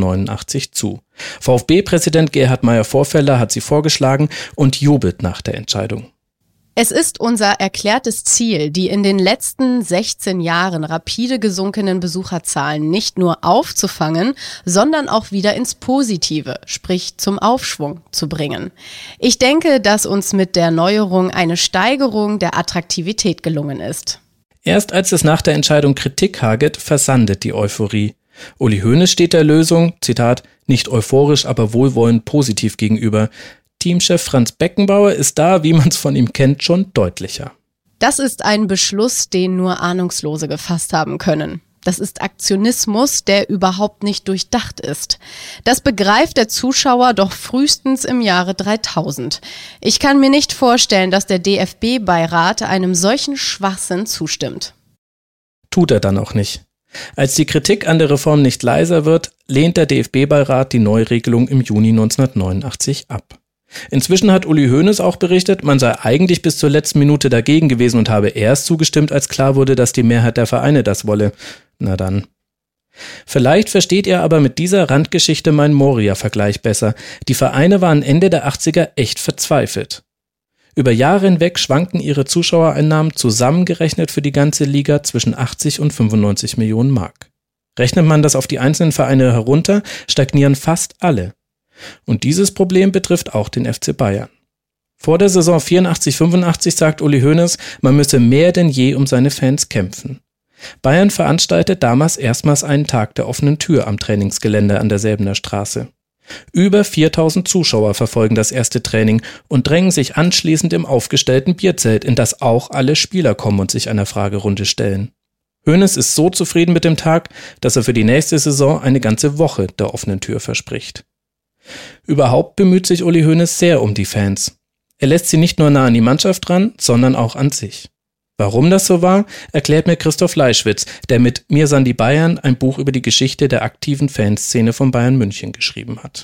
1989 zu. VfB-Präsident Gerhard Meyer-Vorfelder hat sie vorgeschlagen und jubelt nach der Entscheidung. Es ist unser erklärtes Ziel, die in den letzten 16 Jahren rapide gesunkenen Besucherzahlen nicht nur aufzufangen, sondern auch wieder ins Positive, sprich zum Aufschwung zu bringen. Ich denke, dass uns mit der Neuerung eine Steigerung der Attraktivität gelungen ist. Erst als es nach der Entscheidung Kritik hagelt, versandet die Euphorie. Uli Hoeneß steht der Lösung, Zitat, nicht euphorisch, aber wohlwollend positiv gegenüber. Teamchef Franz Beckenbauer ist da, wie man es von ihm kennt, schon deutlicher. Das ist ein Beschluss, den nur Ahnungslose gefasst haben können. Das ist Aktionismus, der überhaupt nicht durchdacht ist. Das begreift der Zuschauer doch frühestens im Jahre 3000. Ich kann mir nicht vorstellen, dass der DFB-Beirat einem solchen Schwachsinn zustimmt. Tut er dann auch nicht. Als die Kritik an der Reform nicht leiser wird, lehnt der DFB-Beirat die Neuregelung im Juni 1989 ab. Inzwischen hat Uli Hoeneß auch berichtet, man sei eigentlich bis zur letzten Minute dagegen gewesen und habe erst zugestimmt, als klar wurde, dass die Mehrheit der Vereine das wolle. Na dann. Vielleicht versteht ihr aber mit dieser Randgeschichte meinen Moria-Vergleich besser. Die Vereine waren Ende der 80er echt verzweifelt. Über Jahre hinweg schwanken ihre Zuschauereinnahmen zusammengerechnet für die ganze Liga zwischen 80 und 95 Millionen Mark. Rechnet man das auf die einzelnen Vereine herunter, stagnieren fast alle. Und dieses Problem betrifft auch den FC Bayern. Vor der Saison 84/85 sagt Uli Hoeneß, man müsse mehr denn je um seine Fans kämpfen. Bayern veranstaltet damals erstmals einen Tag der offenen Tür am Trainingsgelände an der Säbener Straße. Über 4000 Zuschauer verfolgen das erste Training und drängen sich anschließend im aufgestellten Bierzelt, in das auch alle Spieler kommen und sich einer Fragerunde stellen. Hoeneß ist so zufrieden mit dem Tag, dass er für die nächste Saison eine ganze Woche der offenen Tür verspricht. Überhaupt bemüht sich Uli Hoeneß sehr um die Fans. Er lässt sie nicht nur nah an die Mannschaft ran, sondern auch an sich. Warum das so war, erklärt mir Christoph Leischwitz, der mit Mir san die Bayern ein Buch über die Geschichte der aktiven Fanszene von Bayern München geschrieben hat.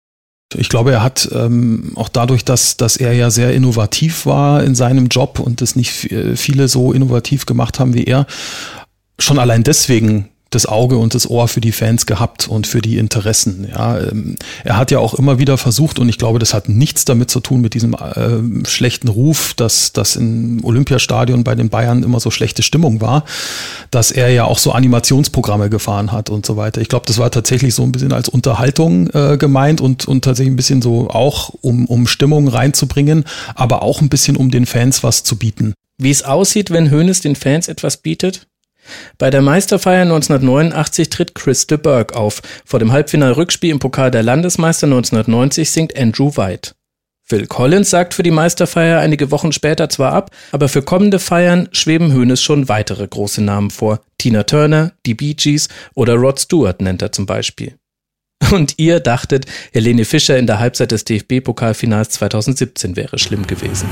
Ich glaube, er hat auch dadurch, dass er ja sehr innovativ war in seinem Job und es nicht viele so innovativ gemacht haben wie er, schon allein deswegen das Auge und das Ohr für die Fans gehabt und für die Interessen. Ja, er hat ja auch immer wieder versucht, und ich glaube, das hat nichts damit zu tun mit diesem schlechten Ruf, dass im Olympiastadion bei den Bayern immer so schlechte Stimmung war, dass er ja auch so Animationsprogramme gefahren hat und so weiter. Ich glaube, das war tatsächlich so ein bisschen als Unterhaltung gemeint und tatsächlich ein bisschen so auch, um Stimmung reinzubringen, aber auch ein bisschen, um den Fans was zu bieten. Wie es aussieht, wenn Hoeneß den Fans etwas bietet? Bei der Meisterfeier 1989 tritt Chris de Burgh auf. Vor dem Halbfinal-Rückspiel im Pokal der Landesmeister 1990 singt Andrew White. Phil Collins sagt für die Meisterfeier einige Wochen später zwar ab, aber für kommende Feiern schweben Hoeneß schon weitere große Namen vor. Tina Turner, die Bee Gees oder Rod Stewart nennt er zum Beispiel. Und ihr dachtet, Helene Fischer in der Halbzeit des DFB-Pokalfinals 2017 wäre schlimm gewesen.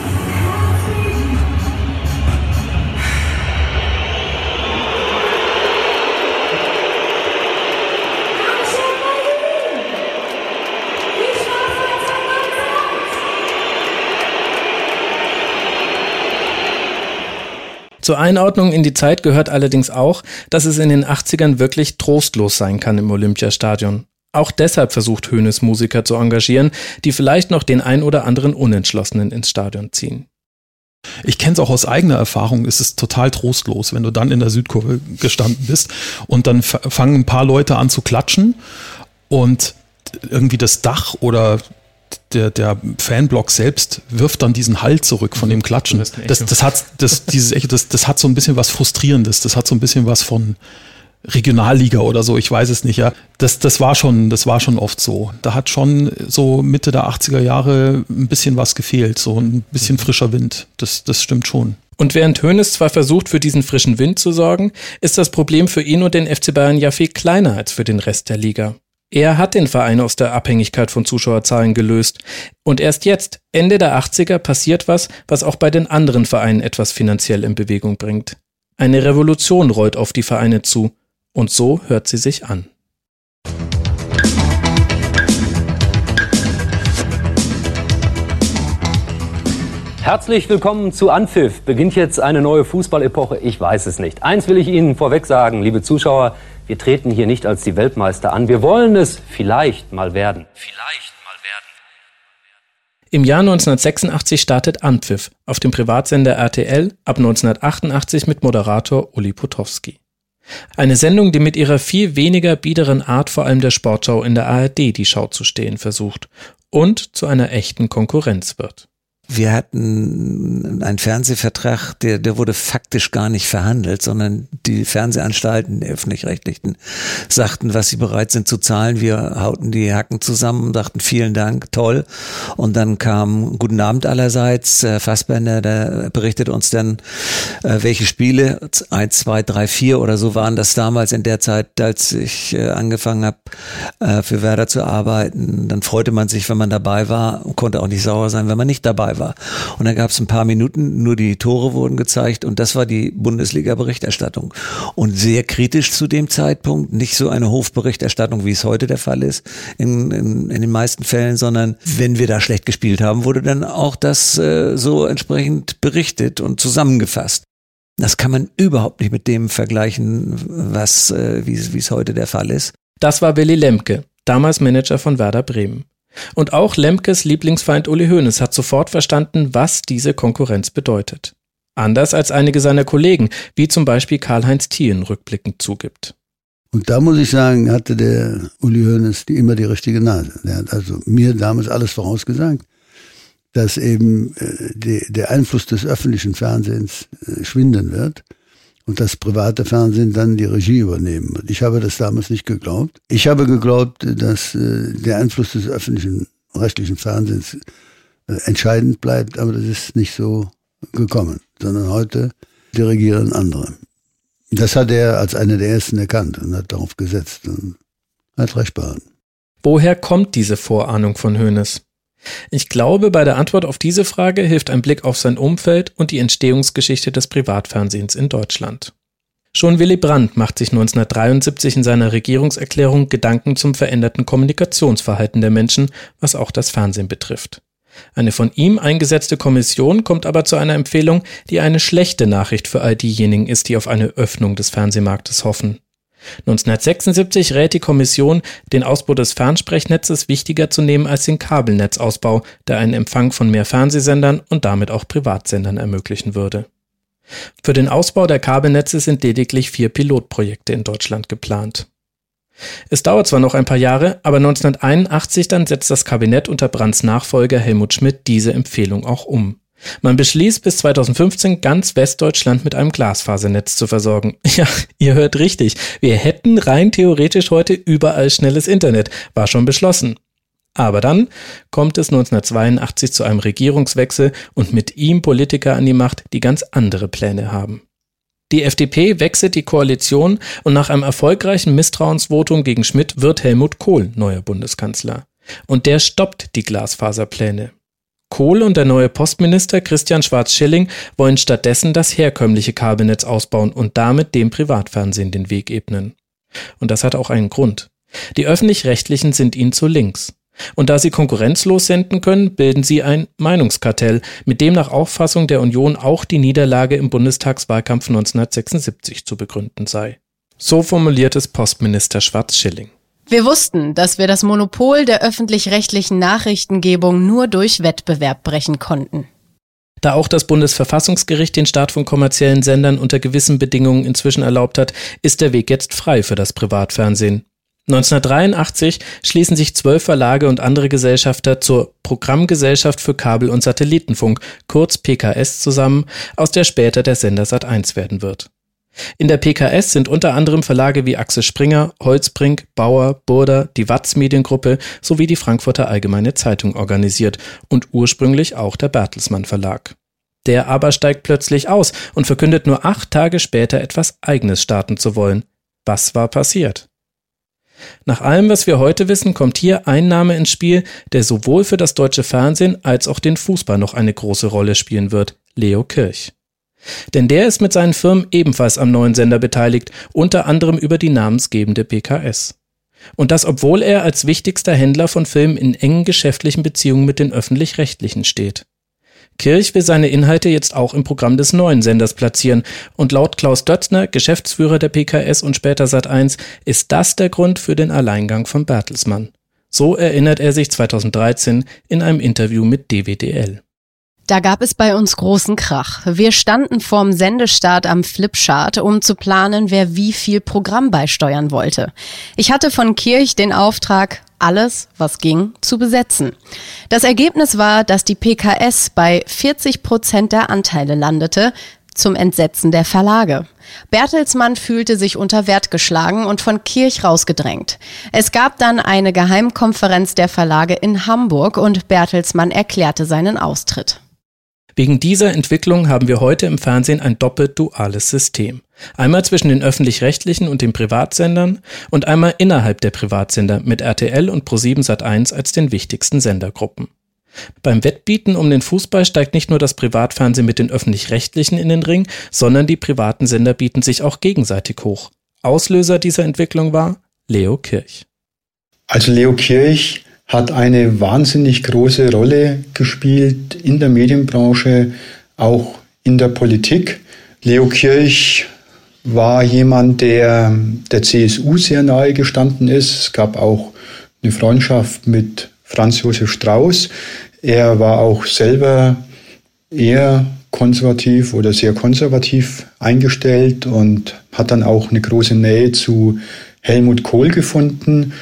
Zur Einordnung in die Zeit gehört allerdings auch, dass es in den 80ern wirklich trostlos sein kann im Olympiastadion. Auch deshalb versucht Hoeneß, Musiker zu engagieren, die vielleicht noch den ein oder anderen Unentschlossenen ins Stadion ziehen. Ich kenne es auch aus eigener Erfahrung, es ist total trostlos, wenn du dann in der Südkurve gestanden bist und dann fangen ein paar Leute an zu klatschen und irgendwie das Dach oder der Fanblock selbst wirft dann diesen Hall zurück von dem Klatschen. Das hat so ein bisschen was Frustrierendes, das hat so ein bisschen was von Regionalliga oder so, ich weiß es nicht, ja. Das war schon oft so. Da hat schon so Mitte der 80er Jahre ein bisschen was gefehlt, so ein bisschen frischer Wind. Das stimmt schon. Und während Hoeneß zwar versucht, für diesen frischen Wind zu sorgen, ist das Problem für ihn und den FC Bayern ja viel kleiner als für den Rest der Liga. Er hat den Verein aus der Abhängigkeit von Zuschauerzahlen gelöst. Und erst jetzt, Ende der 80er, passiert was auch bei den anderen Vereinen etwas finanziell in Bewegung bringt. Eine Revolution rollt auf die Vereine zu. Und so hört sie sich an. Herzlich willkommen zu Anpfiff. Beginnt jetzt eine neue Fußballepoche? Ich weiß es nicht. Eins will ich Ihnen vorweg sagen, liebe Zuschauer, wir treten hier nicht als die Weltmeister an. Wir wollen es vielleicht mal werden. Im Jahr 1986 startet Anpfiff auf dem Privatsender RTL, ab 1988 mit Moderator Uli Potowski. Eine Sendung, die mit ihrer viel weniger biederen Art vor allem der Sportschau in der ARD die Schau zu stehen versucht und zu einer echten Konkurrenz wird. Wir hatten einen Fernsehvertrag, der wurde faktisch gar nicht verhandelt, sondern die Fernsehanstalten, die Öffentlich-Rechtlichen, sagten, was sie bereit sind zu zahlen. Wir hauten die Hacken zusammen und sagten, vielen Dank, toll. Und dann kam Guten Abend allerseits, Fassbender, der berichtet uns dann, welche Spiele, 1, 2, 3, 4 oder so waren das damals in der Zeit, als ich angefangen habe, für Werder zu arbeiten. Dann freute man sich, wenn man dabei war und konnte auch nicht sauer sein, wenn man nicht dabei war. Und dann gab es ein paar Minuten, nur die Tore wurden gezeigt und das war die Bundesliga-Berichterstattung. Und sehr kritisch zu dem Zeitpunkt, nicht so eine Hofberichterstattung, wie es heute der Fall ist, in den meisten Fällen, sondern wenn wir da schlecht gespielt haben, wurde dann auch das so entsprechend berichtet und zusammengefasst. Das kann man überhaupt nicht mit dem vergleichen, wie es heute der Fall ist. Das war Willy Lemke, damals Manager von Werder Bremen. Und auch Lemkes Lieblingsfeind Uli Hoeneß hat sofort verstanden, was diese Konkurrenz bedeutet. Anders als einige seiner Kollegen, wie zum Beispiel Karl-Heinz Thielen rückblickend zugibt. Und da muss ich sagen, hatte der Uli Hoeneß immer die richtige Nase. Der hat also mir damals alles vorausgesagt, dass eben der Einfluss des öffentlichen Fernsehens schwinden wird und das private Fernsehen dann die Regie übernehmen wird. Ich habe das damals nicht geglaubt. Ich habe geglaubt, dass der Einfluss des öffentlichen rechtlichen Fernsehens entscheidend bleibt, aber das ist nicht so gekommen, sondern heute dirigieren andere. Das hat er als einer der ersten erkannt und hat darauf gesetzt und hat recht behalten. Woher kommt diese Vorahnung von Hoeneß? Ich glaube, bei der Antwort auf diese Frage hilft ein Blick auf sein Umfeld und die Entstehungsgeschichte des Privatfernsehens in Deutschland. Schon Willy Brandt macht sich 1973 in seiner Regierungserklärung Gedanken zum veränderten Kommunikationsverhalten der Menschen, was auch das Fernsehen betrifft. Eine von ihm eingesetzte Kommission kommt aber zu einer Empfehlung, die eine schlechte Nachricht für all diejenigen ist, die auf eine Öffnung des Fernsehmarktes hoffen. 1976 rät die Kommission, den Ausbau des Fernsprechnnetzes wichtiger zu nehmen als den Kabelnetzausbau, der einen Empfang von mehr Fernsehsendern und damit auch Privatsendern ermöglichen würde. Für den Ausbau der Kabelnetze sind lediglich 4 Pilotprojekte in Deutschland geplant. Es dauert zwar noch ein paar Jahre, aber 1981 dann setzt das Kabinett unter Brandts Nachfolger Helmut Schmidt diese Empfehlung auch um. Man beschließt, bis 2015 ganz Westdeutschland mit einem Glasfasernetz zu versorgen. Ja, ihr hört richtig. Wir hätten rein theoretisch heute überall schnelles Internet. War schon beschlossen. Aber dann kommt es 1982 zu einem Regierungswechsel und mit ihm Politiker an die Macht, die ganz andere Pläne haben. Die FDP wechselt die Koalition und nach einem erfolgreichen Misstrauensvotum gegen Schmidt wird Helmut Kohl neuer Bundeskanzler. Und der stoppt die Glasfaserpläne. Kohl und der neue Postminister Christian Schwarz-Schilling wollen stattdessen das herkömmliche Kabelnetz ausbauen und damit dem Privatfernsehen den Weg ebnen. Und das hat auch einen Grund. Die Öffentlich-Rechtlichen sind ihnen zu links. Und da sie konkurrenzlos senden können, bilden sie ein Meinungskartell, mit dem nach Auffassung der Union auch die Niederlage im Bundestagswahlkampf 1976 zu begründen sei. So formuliert es Postminister Schwarz-Schilling. Wir wussten, dass wir das Monopol der öffentlich-rechtlichen Nachrichtengebung nur durch Wettbewerb brechen konnten. Da auch das Bundesverfassungsgericht den Start von kommerziellen Sendern unter gewissen Bedingungen inzwischen erlaubt hat, ist der Weg jetzt frei für das Privatfernsehen. 1983 schließen sich 12 Verlage und andere Gesellschafter zur Programmgesellschaft für Kabel- und Satellitenfunk, kurz PKS, zusammen, aus der später der Sender Sat.1 werden wird. In der PKS sind unter anderem Verlage wie Axel Springer, Holtzbrinck, Bauer, Burda, die Watz Mediengruppe sowie die Frankfurter Allgemeine Zeitung organisiert und ursprünglich auch der Bertelsmann Verlag. Der aber steigt plötzlich aus und verkündet nur 8 Tage später etwas Eigenes starten zu wollen. Was war passiert? Nach allem, was wir heute wissen, kommt hier ein Name ins Spiel, der sowohl für das deutsche Fernsehen als auch den Fußball noch eine große Rolle spielen wird: Leo Kirch. Denn der ist mit seinen Firmen ebenfalls am neuen Sender beteiligt, unter anderem über die namensgebende PKS. Und das, obwohl er als wichtigster Händler von Filmen in engen geschäftlichen Beziehungen mit den Öffentlich-Rechtlichen steht. Kirch will seine Inhalte jetzt auch im Programm des neuen Senders platzieren und laut Klaus Dötzner, Geschäftsführer der PKS und später Sat.1, ist das der Grund für den Alleingang von Bertelsmann. So erinnert er sich 2013 in einem Interview mit DWDL. Da gab es bei uns großen Krach. Wir standen vorm Sendestart am Flipchart, um zu planen, wer wie viel Programm beisteuern wollte. Ich hatte von Kirch den Auftrag, alles, was ging, zu besetzen. Das Ergebnis war, dass die PKS bei 40% der Anteile landete, zum Entsetzen der Verlage. Bertelsmann fühlte sich unter Wert geschlagen und von Kirch rausgedrängt. Es gab dann eine Geheimkonferenz der Verlage in Hamburg und Bertelsmann erklärte seinen Austritt. Wegen dieser Entwicklung haben wir heute im Fernsehen ein doppelt duales System. Einmal zwischen den Öffentlich-Rechtlichen und den Privatsendern und einmal innerhalb der Privatsender mit RTL und ProSieben Sat.1 als den wichtigsten Sendergruppen. Beim Wettbieten um den Fußball steigt nicht nur das Privatfernsehen mit den Öffentlich-Rechtlichen in den Ring, sondern die privaten Sender bieten sich auch gegenseitig hoch. Auslöser dieser Entwicklung war Leo Kirch. Also Leo Kirch hat eine wahnsinnig große Rolle gespielt in der Medienbranche, auch in der Politik. Leo Kirch war jemand, der CSU sehr nahe gestanden ist. Es gab auch eine Freundschaft mit Franz Josef Strauß. Er war auch selber eher konservativ oder sehr konservativ eingestellt und hat dann auch eine große Nähe zu Helmut Kohl gefunden.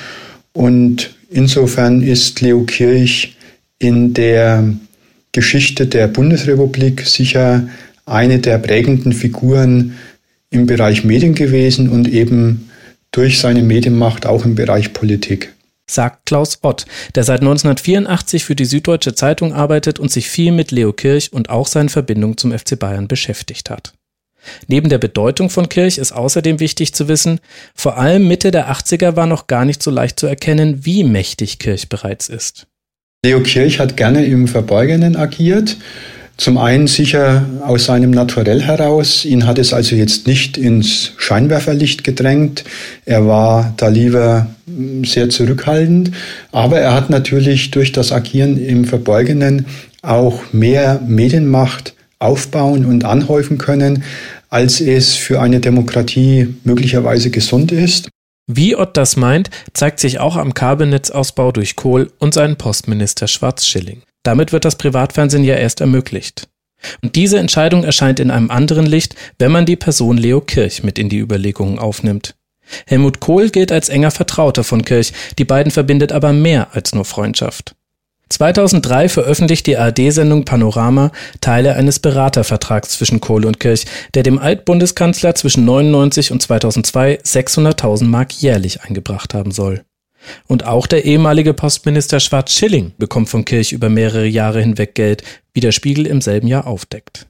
Und insofern ist Leo Kirch in der Geschichte der Bundesrepublik sicher eine der prägenden Figuren im Bereich Medien gewesen und eben durch seine Medienmacht auch im Bereich Politik. Sagt Klaus Ott, der seit 1984 für die Süddeutsche Zeitung arbeitet und sich viel mit Leo Kirch und auch seinen Verbindungen zum FC Bayern beschäftigt hat. Neben der Bedeutung von Kirch ist außerdem wichtig zu wissen, vor allem Mitte der 80er war noch gar nicht so leicht zu erkennen, wie mächtig Kirch bereits ist. Leo Kirch hat gerne im Verborgenen agiert. Zum einen sicher aus seinem Naturell heraus. Ihn hat es also jetzt nicht ins Scheinwerferlicht gedrängt. Er war da lieber sehr zurückhaltend. Aber er hat natürlich durch das Agieren im Verborgenen auch mehr Medienmacht aufbauen und anhäufen können, als es für eine Demokratie möglicherweise gesund ist. Wie Ott das meint, zeigt sich auch am Kabelnetzausbau durch Kohl und seinen Postminister Schwarz-Schilling. Damit wird das Privatfernsehen ja erst ermöglicht. Und diese Entscheidung erscheint in einem anderen Licht, wenn man die Person Leo Kirch mit in die Überlegungen aufnimmt. Helmut Kohl gilt als enger Vertrauter von Kirch, die beiden verbindet aber mehr als nur Freundschaft. 2003 veröffentlicht die ARD-Sendung Panorama Teile eines Beratervertrags zwischen Kohl und Kirch, der dem Altbundeskanzler zwischen 1999 und 2002 600.000 Mark jährlich eingebracht haben soll. Und auch der ehemalige Postminister Schwarz-Schilling bekommt von Kirch über mehrere Jahre hinweg Geld, wie der Spiegel im selben Jahr aufdeckt.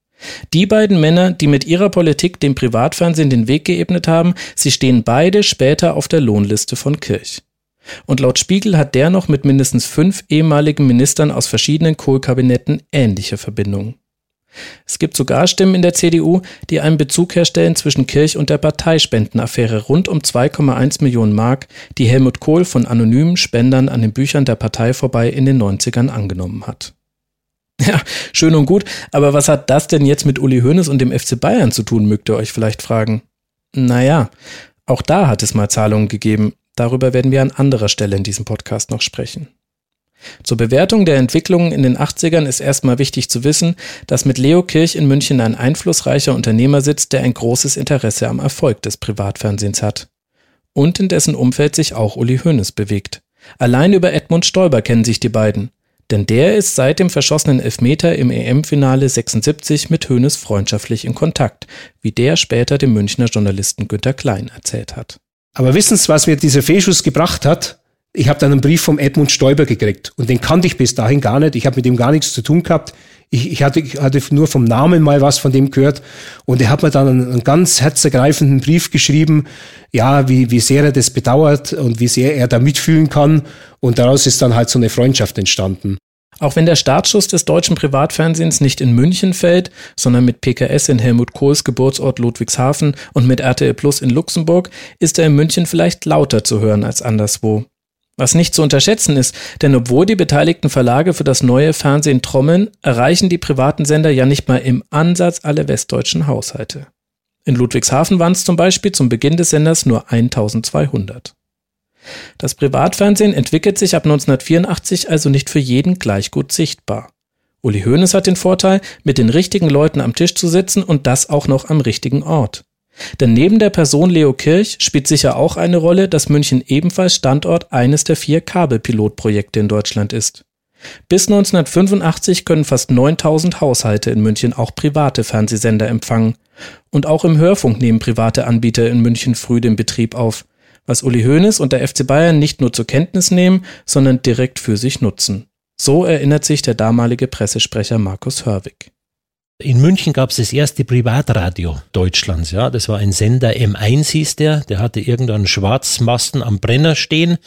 Die beiden Männer, die mit ihrer Politik dem Privatfernsehen den Weg geebnet haben, sie stehen beide später auf der Lohnliste von Kirch. Und laut Spiegel hat der noch mit mindestens 5 ehemaligen Ministern aus verschiedenen Kohl-Kabinetten ähnliche Verbindungen. Es gibt sogar Stimmen in der CDU, die einen Bezug herstellen zwischen Kirch und der Parteispendenaffäre rund um 2,1 Millionen Mark, die Helmut Kohl von anonymen Spendern an den Büchern der Partei vorbei in den 90ern angenommen hat. Ja, schön und gut, aber was hat das denn jetzt mit Uli Hoeneß und dem FC Bayern zu tun, mögt ihr euch vielleicht fragen? Naja, auch da hat es mal Zahlungen gegeben. Darüber werden wir an anderer Stelle in diesem Podcast noch sprechen. Zur Bewertung der Entwicklungen in den 80ern ist erstmal wichtig zu wissen, dass mit Leo Kirch in München ein einflussreicher Unternehmer sitzt, der ein großes Interesse am Erfolg des Privatfernsehens hat. Und in dessen Umfeld sich auch Uli Hoeneß bewegt. Allein über Edmund Stoiber kennen sich die beiden. Denn der ist seit dem verschossenen Elfmeter im EM-Finale 76 mit Hoeneß freundschaftlich in Kontakt, wie der später dem Münchner Journalisten Günter Klein erzählt hat. Aber wissen Sie, was mir dieser Fehlschuss gebracht hat? Ich habe dann einen Brief vom Edmund Stoiber gekriegt und den kannte ich bis dahin gar nicht. Ich habe mit ihm gar nichts zu tun gehabt. Ich hatte nur vom Namen mal was von dem gehört und er hat mir dann einen ganz herzergreifenden Brief geschrieben, ja, wie sehr er das bedauert und wie sehr er da mitfühlen kann und daraus ist dann halt so eine Freundschaft entstanden. Auch wenn der Startschuss des deutschen Privatfernsehens nicht in München fällt, sondern mit PKS in Helmut Kohls Geburtsort Ludwigshafen und mit RTL Plus in Luxemburg, ist er in München vielleicht lauter zu hören als anderswo. Was nicht zu unterschätzen ist, denn obwohl die beteiligten Verlage für das neue Fernsehen trommeln, erreichen die privaten Sender ja nicht mal im Ansatz alle westdeutschen Haushalte. In Ludwigshafen waren es zum Beispiel zum Beginn des Senders nur 1200. Das Privatfernsehen entwickelt sich ab 1984 also nicht für jeden gleich gut sichtbar. Uli Hoeneß hat den Vorteil, mit den richtigen Leuten am Tisch zu sitzen und das auch noch am richtigen Ort. Denn neben der Person Leo Kirch spielt sicher auch eine Rolle, dass München ebenfalls Standort eines der 4 Kabelpilotprojekte in Deutschland ist. Bis 1985 können fast 9000 Haushalte in München auch private Fernsehsender empfangen. Und auch im Hörfunk nehmen private Anbieter in München früh den Betrieb auf, was Uli Hoeneß und der FC Bayern nicht nur zur Kenntnis nehmen, sondern direkt für sich nutzen. So erinnert sich der damalige Pressesprecher Markus Hörwig. In München gab es das erste Privatradio Deutschlands, ja. Das war ein Sender, M1 hieß der hatte irgendeinen Schwarzmasten am Brenner stehen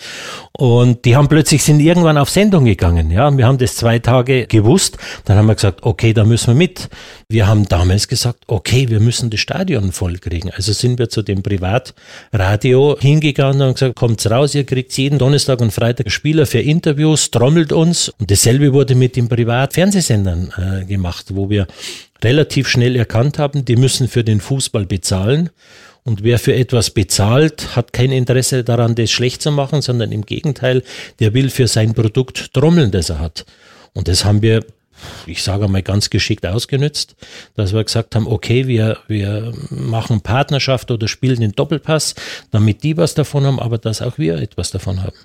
und die sind irgendwann auf Sendung gegangen, ja. Wir haben das 2 Tage gewusst, dann haben wir gesagt, okay, da müssen wir mit. Wir haben damals gesagt, okay, wir müssen das Stadion voll kriegen. Also sind wir zu dem Privatradio hingegangen und gesagt, kommt's raus, ihr kriegt jeden Donnerstag und Freitag Spieler für Interviews, trommelt uns. Und dasselbe wurde mit den Privatfernsehsendern gemacht, wo wir relativ schnell erkannt haben, die müssen für den Fußball bezahlen. Und wer für etwas bezahlt, hat kein Interesse daran, das schlecht zu machen, sondern im Gegenteil, der will für sein Produkt trommeln, das er hat. Und das haben wir, ich sage mal, ganz geschickt ausgenutzt, dass wir gesagt haben, okay, wir machen Partnerschaft oder spielen den Doppelpass, damit die was davon haben, aber dass auch wir etwas davon haben.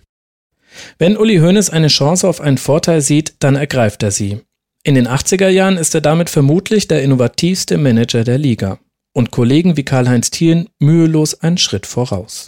Wenn Uli Hoeneß eine Chance auf einen Vorteil sieht, dann ergreift er sie. In den 80er Jahren ist er damit vermutlich der innovativste Manager der Liga. Und Kollegen wie Karl-Heinz Thielen mühelos einen Schritt voraus.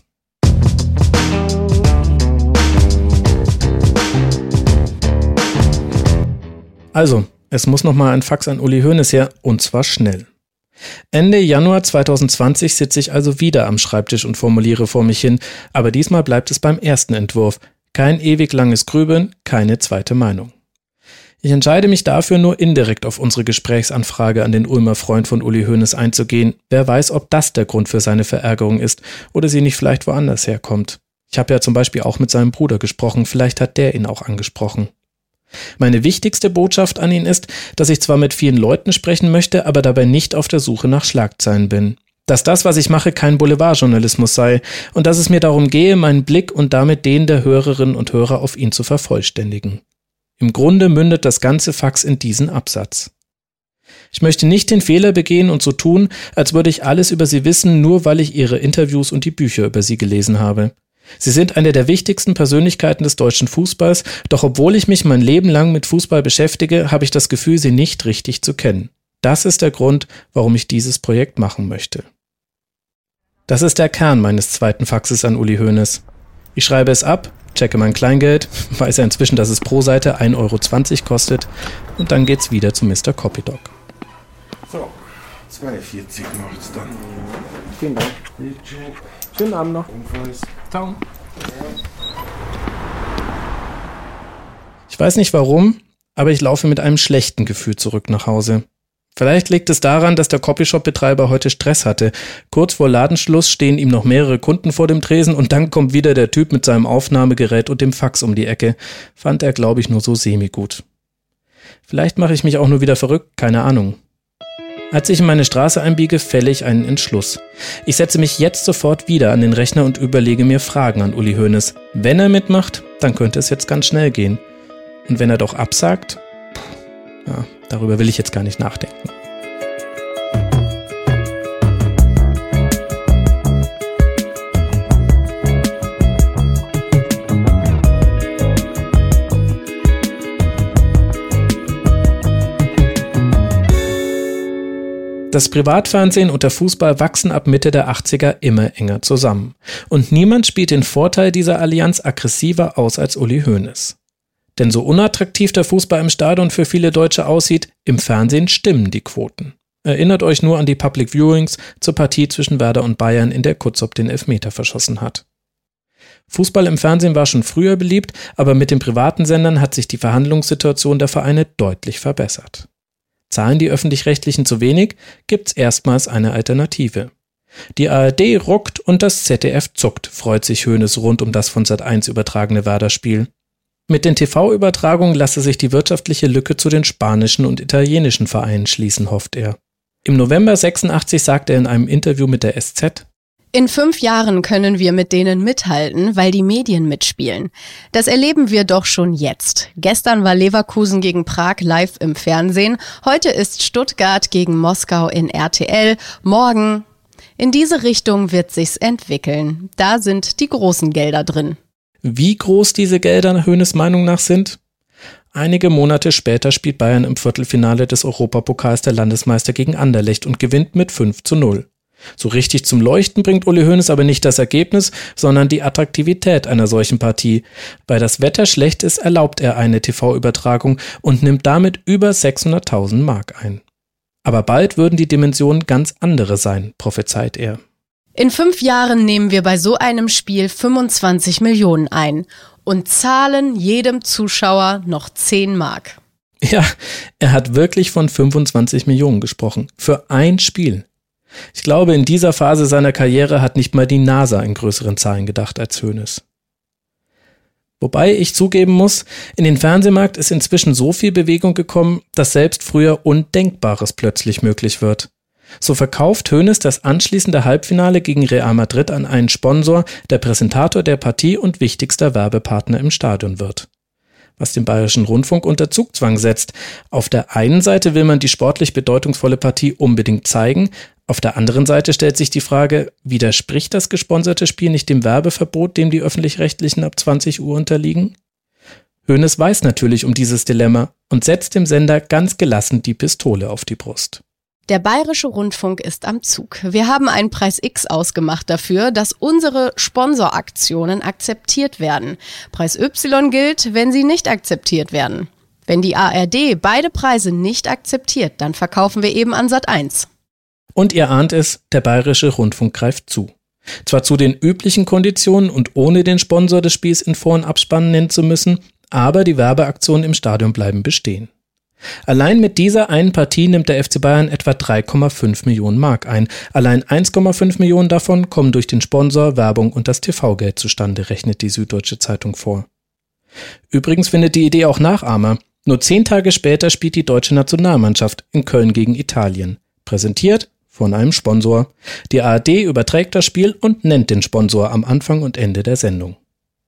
Also, es muss nochmal ein Fax an Uli Hoeneß her, und zwar schnell. Ende Januar 2020 sitze ich also wieder am Schreibtisch und formuliere vor mich hin, aber diesmal bleibt es beim ersten Entwurf. Kein ewig langes Grübeln, keine zweite Meinung. Ich entscheide mich dafür, nur indirekt auf unsere Gesprächsanfrage an den Ulmer Freund von Uli Hoeneß einzugehen. Wer weiß, ob das der Grund für seine Verärgerung ist oder sie nicht vielleicht woanders herkommt. Ich habe ja zum Beispiel auch mit seinem Bruder gesprochen, vielleicht hat der ihn auch angesprochen. Meine wichtigste Botschaft an ihn ist, dass ich zwar mit vielen Leuten sprechen möchte, aber dabei nicht auf der Suche nach Schlagzeilen bin. Dass das, was ich mache, kein Boulevardjournalismus sei und dass es mir darum gehe, meinen Blick und damit den der Hörerinnen und Hörer auf ihn zu vervollständigen. Im Grunde mündet das ganze Fax in diesen Absatz. Ich möchte nicht den Fehler begehen und so tun, als würde ich alles über sie wissen, nur weil ich ihre Interviews und die Bücher über sie gelesen habe. Sie sind eine der wichtigsten Persönlichkeiten des deutschen Fußballs, doch obwohl ich mich mein Leben lang mit Fußball beschäftige, habe ich das Gefühl, sie nicht richtig zu kennen. Das ist der Grund, warum ich dieses Projekt machen möchte. Das ist der Kern meines zweiten Faxes an Uli Hoeneß. Ich schreibe es ab, checke mein Kleingeld, weiß inzwischen, dass es pro Seite 1,20 Euro kostet und dann geht's wieder zu Mr. Copydoc. So, 2,40 macht's dann. Vielen Dank. Schönen Abend noch. Ciao. Ich weiß nicht warum, aber ich laufe mit einem schlechten Gefühl zurück nach Hause. Vielleicht liegt es daran, dass der Copyshop-Betreiber heute Stress hatte. Kurz vor Ladenschluss stehen ihm noch mehrere Kunden vor dem Tresen und dann kommt wieder der Typ mit seinem Aufnahmegerät und dem Fax um die Ecke. Fand er, glaube ich, nur so semi-gut. Vielleicht mache ich mich auch nur wieder verrückt, keine Ahnung. Als ich in meine Straße einbiege, fälle ich einen Entschluss. Ich setze mich jetzt sofort wieder an den Rechner und überlege mir Fragen an Uli Hoeneß. Wenn er mitmacht, dann könnte es jetzt ganz schnell gehen. Und wenn er doch absagt, ja, darüber will ich jetzt gar nicht nachdenken. Das Privatfernsehen und der Fußball wachsen ab Mitte der 80er immer enger zusammen. Und niemand spielt den Vorteil dieser Allianz aggressiver aus als Uli Hoeneß. Denn so unattraktiv der Fußball im Stadion für viele Deutsche aussieht, im Fernsehen stimmen die Quoten. Erinnert euch nur an die Public Viewings zur Partie zwischen Werder und Bayern, in der Kutzop den Elfmeter verschossen hat. Fußball im Fernsehen war schon früher beliebt, aber mit den privaten Sendern hat sich die Verhandlungssituation der Vereine deutlich verbessert. Zahlen die Öffentlich-Rechtlichen zu wenig, gibt's erstmals eine Alternative. Die ARD ruckt und das ZDF zuckt, freut sich Hoeneß rund um das von Sat.1 übertragene Werder-Spiel. Mit den TV-Übertragungen lasse sich die wirtschaftliche Lücke zu den spanischen und italienischen Vereinen schließen, hofft er. Im November 86 sagte er in einem Interview mit der SZ: In 5 Jahren können wir mit denen mithalten, weil die Medien mitspielen. Das erleben wir doch schon jetzt. Gestern war Leverkusen gegen Prag live im Fernsehen. Heute ist Stuttgart gegen Moskau in RTL. Morgen. In diese Richtung wird sich's entwickeln. Da sind die großen Gelder drin. Wie groß diese Gelder Hoeneß Meinung nach sind? Einige Monate später spielt Bayern im Viertelfinale des Europapokals der Landesmeister gegen Anderlecht und gewinnt mit 5:0. So richtig zum Leuchten bringt Uli Hoeneß aber nicht das Ergebnis, sondern die Attraktivität einer solchen Partie. Weil das Wetter schlecht ist, erlaubt er eine TV-Übertragung und nimmt damit über 600.000 Mark ein. Aber bald würden die Dimensionen ganz andere sein, prophezeit er. In 5 Jahren nehmen wir bei so einem Spiel 25 Millionen ein und zahlen jedem Zuschauer noch 10 Mark. Ja, er hat wirklich von 25 Millionen gesprochen. Für ein Spiel. Ich glaube, in dieser Phase seiner Karriere hat nicht mal die NASA in größeren Zahlen gedacht als Hoeneß. Wobei ich zugeben muss, in den Fernsehmarkt ist inzwischen so viel Bewegung gekommen, dass selbst früher Undenkbares plötzlich möglich wird. So verkauft Hoeneß das anschließende Halbfinale gegen Real Madrid an einen Sponsor, der Präsentator der Partie und wichtigster Werbepartner im Stadion wird. Was den Bayerischen Rundfunk unter Zugzwang setzt. Auf der einen Seite will man die sportlich bedeutungsvolle Partie unbedingt zeigen, auf der anderen Seite stellt sich die Frage, widerspricht das gesponserte Spiel nicht dem Werbeverbot, dem die Öffentlich-Rechtlichen ab 20 Uhr unterliegen? Hoeneß weiß natürlich um dieses Dilemma und setzt dem Sender ganz gelassen die Pistole auf die Brust. Der Bayerische Rundfunk ist am Zug. Wir haben einen Preis X ausgemacht dafür, dass unsere Sponsoraktionen akzeptiert werden. Preis Y gilt, wenn sie nicht akzeptiert werden. Wenn die ARD beide Preise nicht akzeptiert, dann verkaufen wir eben an Sat.1. Und ihr ahnt es, der Bayerische Rundfunk greift zu. Zwar zu den üblichen Konditionen und ohne den Sponsor des Spiels in Vor- und Abspann nennen zu müssen, aber die Werbeaktionen im Stadion bleiben bestehen. Allein mit dieser einen Partie nimmt der FC Bayern etwa 3,5 Millionen Mark ein. Allein 1,5 Millionen davon kommen durch den Sponsor, Werbung und das TV-Geld zustande, rechnet die Süddeutsche Zeitung vor. Übrigens findet die Idee auch Nachahmer. Nur 10 Tage später spielt die deutsche Nationalmannschaft in Köln gegen Italien. Präsentiert von einem Sponsor. Die ARD überträgt das Spiel und nennt den Sponsor am Anfang und Ende der Sendung.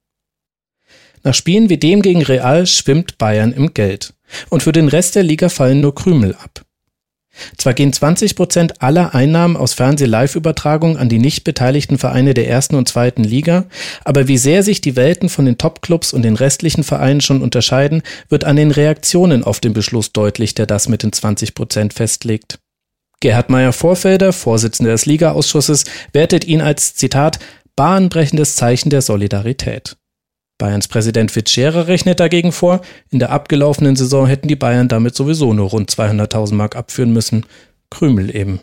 Nach Spielen wie dem gegen Real schwimmt Bayern im Geld. Und für den Rest der Liga fallen nur Krümel ab. Zwar gehen 20% aller Einnahmen aus Fernseh-Live-Übertragungen an die nicht beteiligten Vereine der 1. und 2. Liga, aber wie sehr sich die Welten von den Top-Clubs und den restlichen Vereinen schon unterscheiden, wird an den Reaktionen auf den Beschluss deutlich, der das mit den 20% festlegt. Gerhard Meyer-Vorfelder, Vorsitzender des Liga-Ausschusses, wertet ihn als, Zitat, bahnbrechendes Zeichen der Solidarität. Bayerns Präsident Fritz Scherer rechnet dagegen vor, in der abgelaufenen Saison hätten die Bayern damit sowieso nur rund 200.000 Mark abführen müssen. Krümel eben.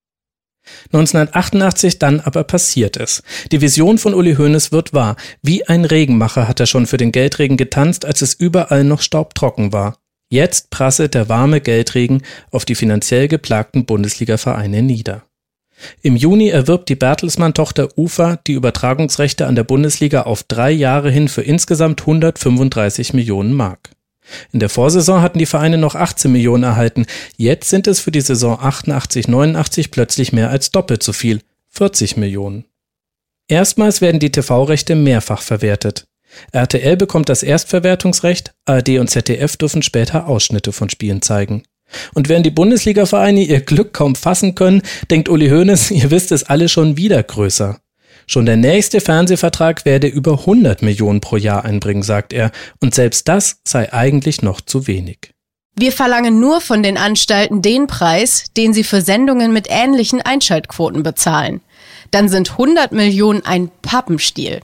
1988 dann aber passiert es. Die Vision von Uli Hoeneß wird wahr. Wie ein Regenmacher hat er schon für den Geldregen getanzt, als es überall noch staubtrocken war. Jetzt prasselt der warme Geldregen auf die finanziell geplagten Bundesliga-Vereine nieder. Im Juni erwirbt die Bertelsmann-Tochter UFA die Übertragungsrechte an der Bundesliga auf 3 Jahre hin für insgesamt 135 Millionen Mark. In der Vorsaison hatten die Vereine noch 18 Millionen erhalten. Jetzt sind es für die Saison 88/89 plötzlich mehr als doppelt so viel, 40 Millionen. Erstmals werden die TV-Rechte mehrfach verwertet. RTL bekommt das Erstverwertungsrecht, ARD und ZDF dürfen später Ausschnitte von Spielen zeigen. Und während die Bundesliga-Vereine ihr Glück kaum fassen können, denkt Uli Hoeneß, ihr wisst es alle, schon wieder größer. Schon der nächste Fernsehvertrag werde über 100 Millionen pro Jahr einbringen, sagt er, und selbst das sei eigentlich noch zu wenig. Wir verlangen nur von den Anstalten den Preis, den sie für Sendungen mit ähnlichen Einschaltquoten bezahlen. Dann sind 100 Millionen ein Pappenstiel.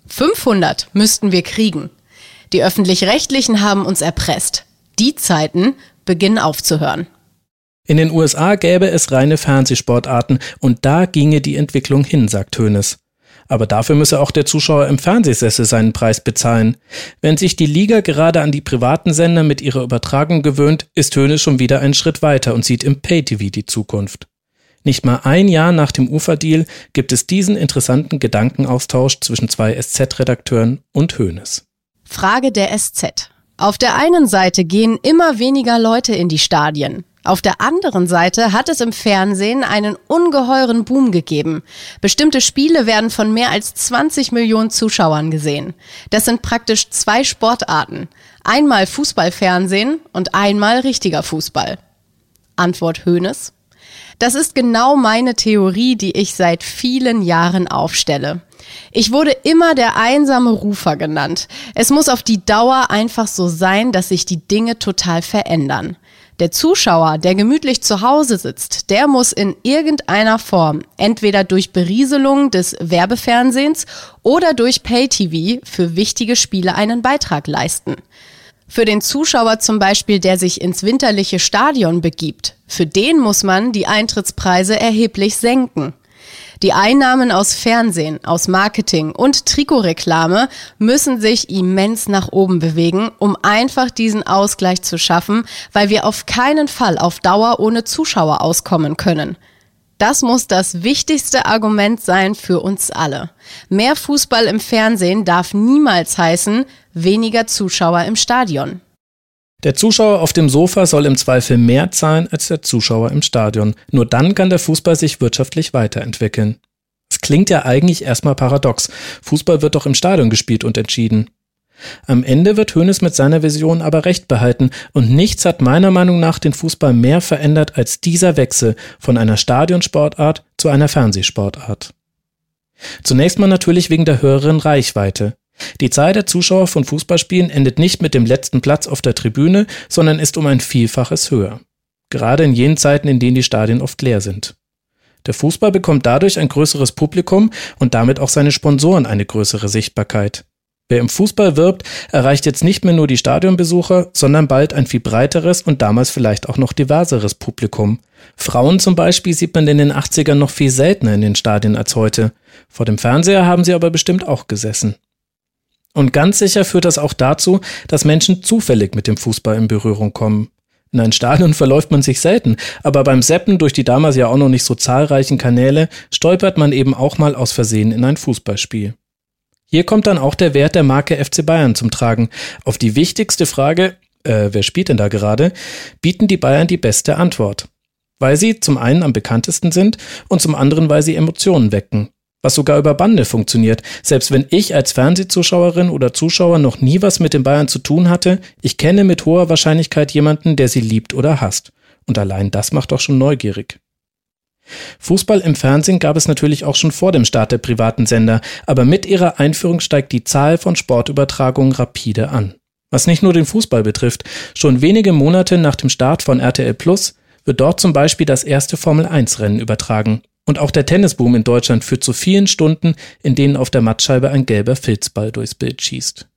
500 müssten wir kriegen. Die Öffentlich-Rechtlichen haben uns erpresst. Die Zeiten beginnen aufzuhören. In den USA gäbe es reine Fernsehsportarten und da ginge die Entwicklung hin, sagt Hoeneß. Aber dafür müsse auch der Zuschauer im Fernsehsessel seinen Preis bezahlen. Wenn sich die Liga gerade an die privaten Sender mit ihrer Übertragung gewöhnt, ist Hoeneß schon wieder einen Schritt weiter und sieht im Pay-TV die Zukunft. Nicht mal ein Jahr nach dem UFA-Deal gibt es diesen interessanten Gedankenaustausch zwischen 2 SZ-Redakteuren und Hoeneß. Frage der SZ. Auf der einen Seite gehen immer weniger Leute in die Stadien. Auf der anderen Seite hat es im Fernsehen einen ungeheuren Boom gegeben. Bestimmte Spiele werden von mehr als 20 Millionen Zuschauern gesehen. Das sind praktisch 2 Sportarten. Einmal Fußballfernsehen und einmal richtiger Fußball. Antwort Hoeneß. Das ist genau meine Theorie, die ich seit vielen Jahren aufstelle. Ich wurde immer der einsame Rufer genannt. Es muss auf die Dauer einfach so sein, dass sich die Dinge total verändern. Der Zuschauer, der gemütlich zu Hause sitzt, der muss in irgendeiner Form, entweder durch Berieselung des Werbefernsehens oder durch Pay-TV für wichtige Spiele einen Beitrag leisten. Für den Zuschauer zum Beispiel, der sich ins winterliche Stadion begibt, für den muss man die Eintrittspreise erheblich senken. Die Einnahmen aus Fernsehen, aus Marketing und Trikotreklame müssen sich immens nach oben bewegen, um einfach diesen Ausgleich zu schaffen, weil wir auf keinen Fall auf Dauer ohne Zuschauer auskommen können. Das muss das wichtigste Argument sein für uns alle. Mehr Fußball im Fernsehen darf niemals heißen, weniger Zuschauer im Stadion. Der Zuschauer auf dem Sofa soll im Zweifel mehr zahlen als der Zuschauer im Stadion. Nur dann kann der Fußball sich wirtschaftlich weiterentwickeln. Es klingt ja eigentlich erstmal paradox. Fußball wird doch im Stadion gespielt und entschieden. Am Ende wird Hoeneß mit seiner Vision aber recht behalten und nichts hat meiner Meinung nach den Fußball mehr verändert als dieser Wechsel von einer Stadionsportart zu einer Fernsehsportart. Zunächst mal natürlich wegen der höheren Reichweite. Die Zahl der Zuschauer von Fußballspielen endet nicht mit dem letzten Platz auf der Tribüne, sondern ist um ein Vielfaches höher. Gerade in jenen Zeiten, in denen die Stadien oft leer sind. Der Fußball bekommt dadurch ein größeres Publikum und damit auch seine Sponsoren eine größere Sichtbarkeit. Wer im Fußball wirbt, erreicht jetzt nicht mehr nur die Stadionbesucher, sondern bald ein viel breiteres und damals vielleicht auch noch diverseres Publikum. Frauen zum Beispiel sieht man in den 80ern noch viel seltener in den Stadien als heute. Vor dem Fernseher haben sie aber bestimmt auch gesessen. Und ganz sicher führt das auch dazu, dass Menschen zufällig mit dem Fußball in Berührung kommen. In ein Stadion verläuft man sich selten, aber beim Zappen durch die damals ja auch noch nicht so zahlreichen Kanäle stolpert man eben auch mal aus Versehen in ein Fußballspiel. Hier kommt dann auch der Wert der Marke FC Bayern zum Tragen. Auf die wichtigste Frage, wer spielt denn da gerade, bieten die Bayern die beste Antwort. Weil sie zum einen am bekanntesten sind und zum anderen, weil sie Emotionen wecken. Was sogar über Bande funktioniert. Selbst wenn ich als Fernsehzuschauerin oder Zuschauer noch nie was mit den Bayern zu tun hatte, ich kenne mit hoher Wahrscheinlichkeit jemanden, der sie liebt oder hasst. Und allein das macht doch schon neugierig. Fußball im Fernsehen gab es natürlich auch schon vor dem Start der privaten Sender, aber mit ihrer Einführung steigt die Zahl von Sportübertragungen rapide an. Was nicht nur den Fußball betrifft, schon wenige Monate nach dem Start von RTL Plus wird dort zum Beispiel das erste Formel-1-Rennen übertragen. Und auch der Tennisboom in Deutschland führt zu vielen Stunden, in denen auf der Mattscheibe ein gelber Filzball durchs Bild schießt.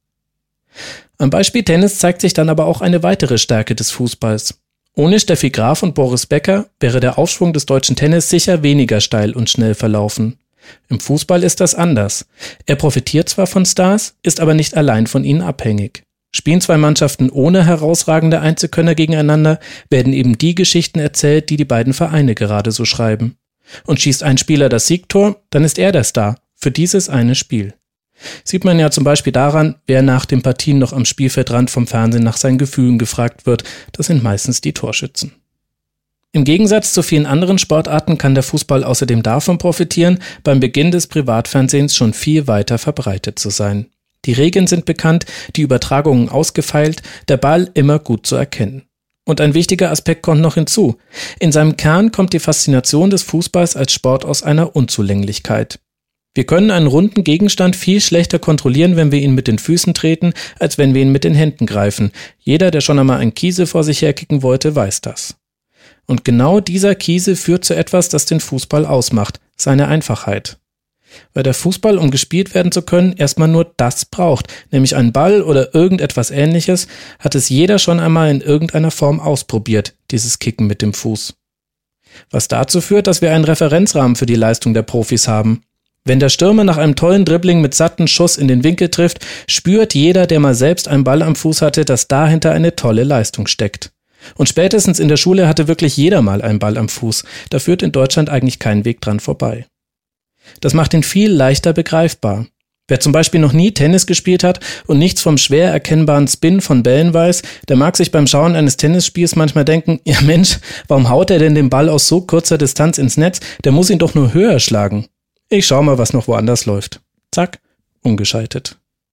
Am Beispiel Tennis zeigt sich dann aber auch eine weitere Stärke des Fußballs. Ohne Steffi Graf und Boris Becker wäre der Aufschwung des deutschen Tennis sicher weniger steil und schnell verlaufen. Im Fußball ist das anders. Er profitiert zwar von Stars, ist aber nicht allein von ihnen abhängig. Spielen zwei Mannschaften ohne herausragende Einzelkönner gegeneinander, werden eben die Geschichten erzählt, die die beiden Vereine gerade so schreiben. Und schießt ein Spieler das Siegtor, dann ist er der Star für dieses eine Spiel. Sieht man ja zum Beispiel daran, wer nach den Partien noch am Spielfeldrand vom Fernsehen nach seinen Gefühlen gefragt wird. Das sind meistens die Torschützen. Im Gegensatz zu vielen anderen Sportarten kann der Fußball außerdem davon profitieren, beim Beginn des Privatfernsehens schon viel weiter verbreitet zu sein. Die Regeln sind bekannt, die Übertragungen ausgefeilt, der Ball immer gut zu erkennen. Und ein wichtiger Aspekt kommt noch hinzu. In seinem Kern kommt die Faszination des Fußballs als Sport aus einer Unzulänglichkeit. Wir können einen runden Gegenstand viel schlechter kontrollieren, wenn wir ihn mit den Füßen treten, als wenn wir ihn mit den Händen greifen. Jeder, der schon einmal einen Kiesel vor sich herkicken wollte, weiß das. Und genau dieser Kiesel führt zu etwas, das den Fußball ausmacht, seine Einfachheit. Weil der Fußball, um gespielt werden zu können, erstmal nur das braucht, nämlich einen Ball oder irgendetwas Ähnliches, hat es jeder schon einmal in irgendeiner Form ausprobiert, dieses Kicken mit dem Fuß. Was dazu führt, dass wir einen Referenzrahmen für die Leistung der Profis haben. Wenn der Stürmer nach einem tollen Dribbling mit satten Schuss in den Winkel trifft, spürt jeder, der mal selbst einen Ball am Fuß hatte, dass dahinter eine tolle Leistung steckt. Und spätestens in der Schule hatte wirklich jeder mal einen Ball am Fuß. Da führt in Deutschland eigentlich kein Weg dran vorbei. Das macht ihn viel leichter begreifbar. Wer zum Beispiel noch nie Tennis gespielt hat und nichts vom schwer erkennbaren Spin von Bällen weiß, der mag sich beim Schauen eines Tennisspiels manchmal denken, ja Mensch, warum haut er denn den Ball aus so kurzer Distanz ins Netz? Der muss ihn doch nur höher schlagen. Ich schau mal, was noch woanders läuft. Zack, umgeschaltet.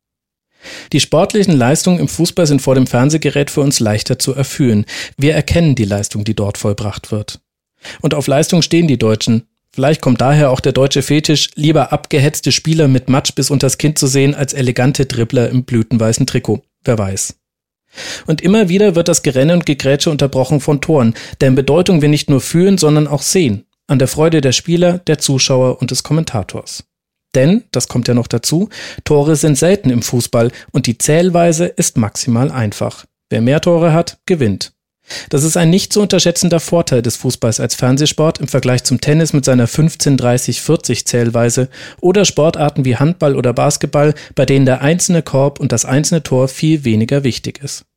Die sportlichen Leistungen im Fußball sind vor dem Fernsehgerät für uns leichter zu erfühlen. Wir erkennen die Leistung, die dort vollbracht wird. Und auf Leistung stehen die Deutschen. Vielleicht kommt daher auch der deutsche Fetisch, lieber abgehetzte Spieler mit Matsch bis unters Kinn zu sehen, als elegante Dribbler im blütenweißen Trikot. Wer weiß. Und immer wieder wird das Gerenne und Gegrätsche unterbrochen von Toren, deren Bedeutung wir nicht nur fühlen, sondern auch sehen. An der Freude der Spieler, der Zuschauer und des Kommentators. Denn, das kommt ja noch dazu, Tore sind selten im Fußball und die Zählweise ist maximal einfach. Wer mehr Tore hat, gewinnt. Das ist ein nicht zu unterschätzender Vorteil des Fußballs als Fernsehsport im Vergleich zum Tennis mit seiner 15-30-40 Zählweise oder Sportarten wie Handball oder Basketball, bei denen der einzelne Korb und das einzelne Tor viel weniger wichtig ist.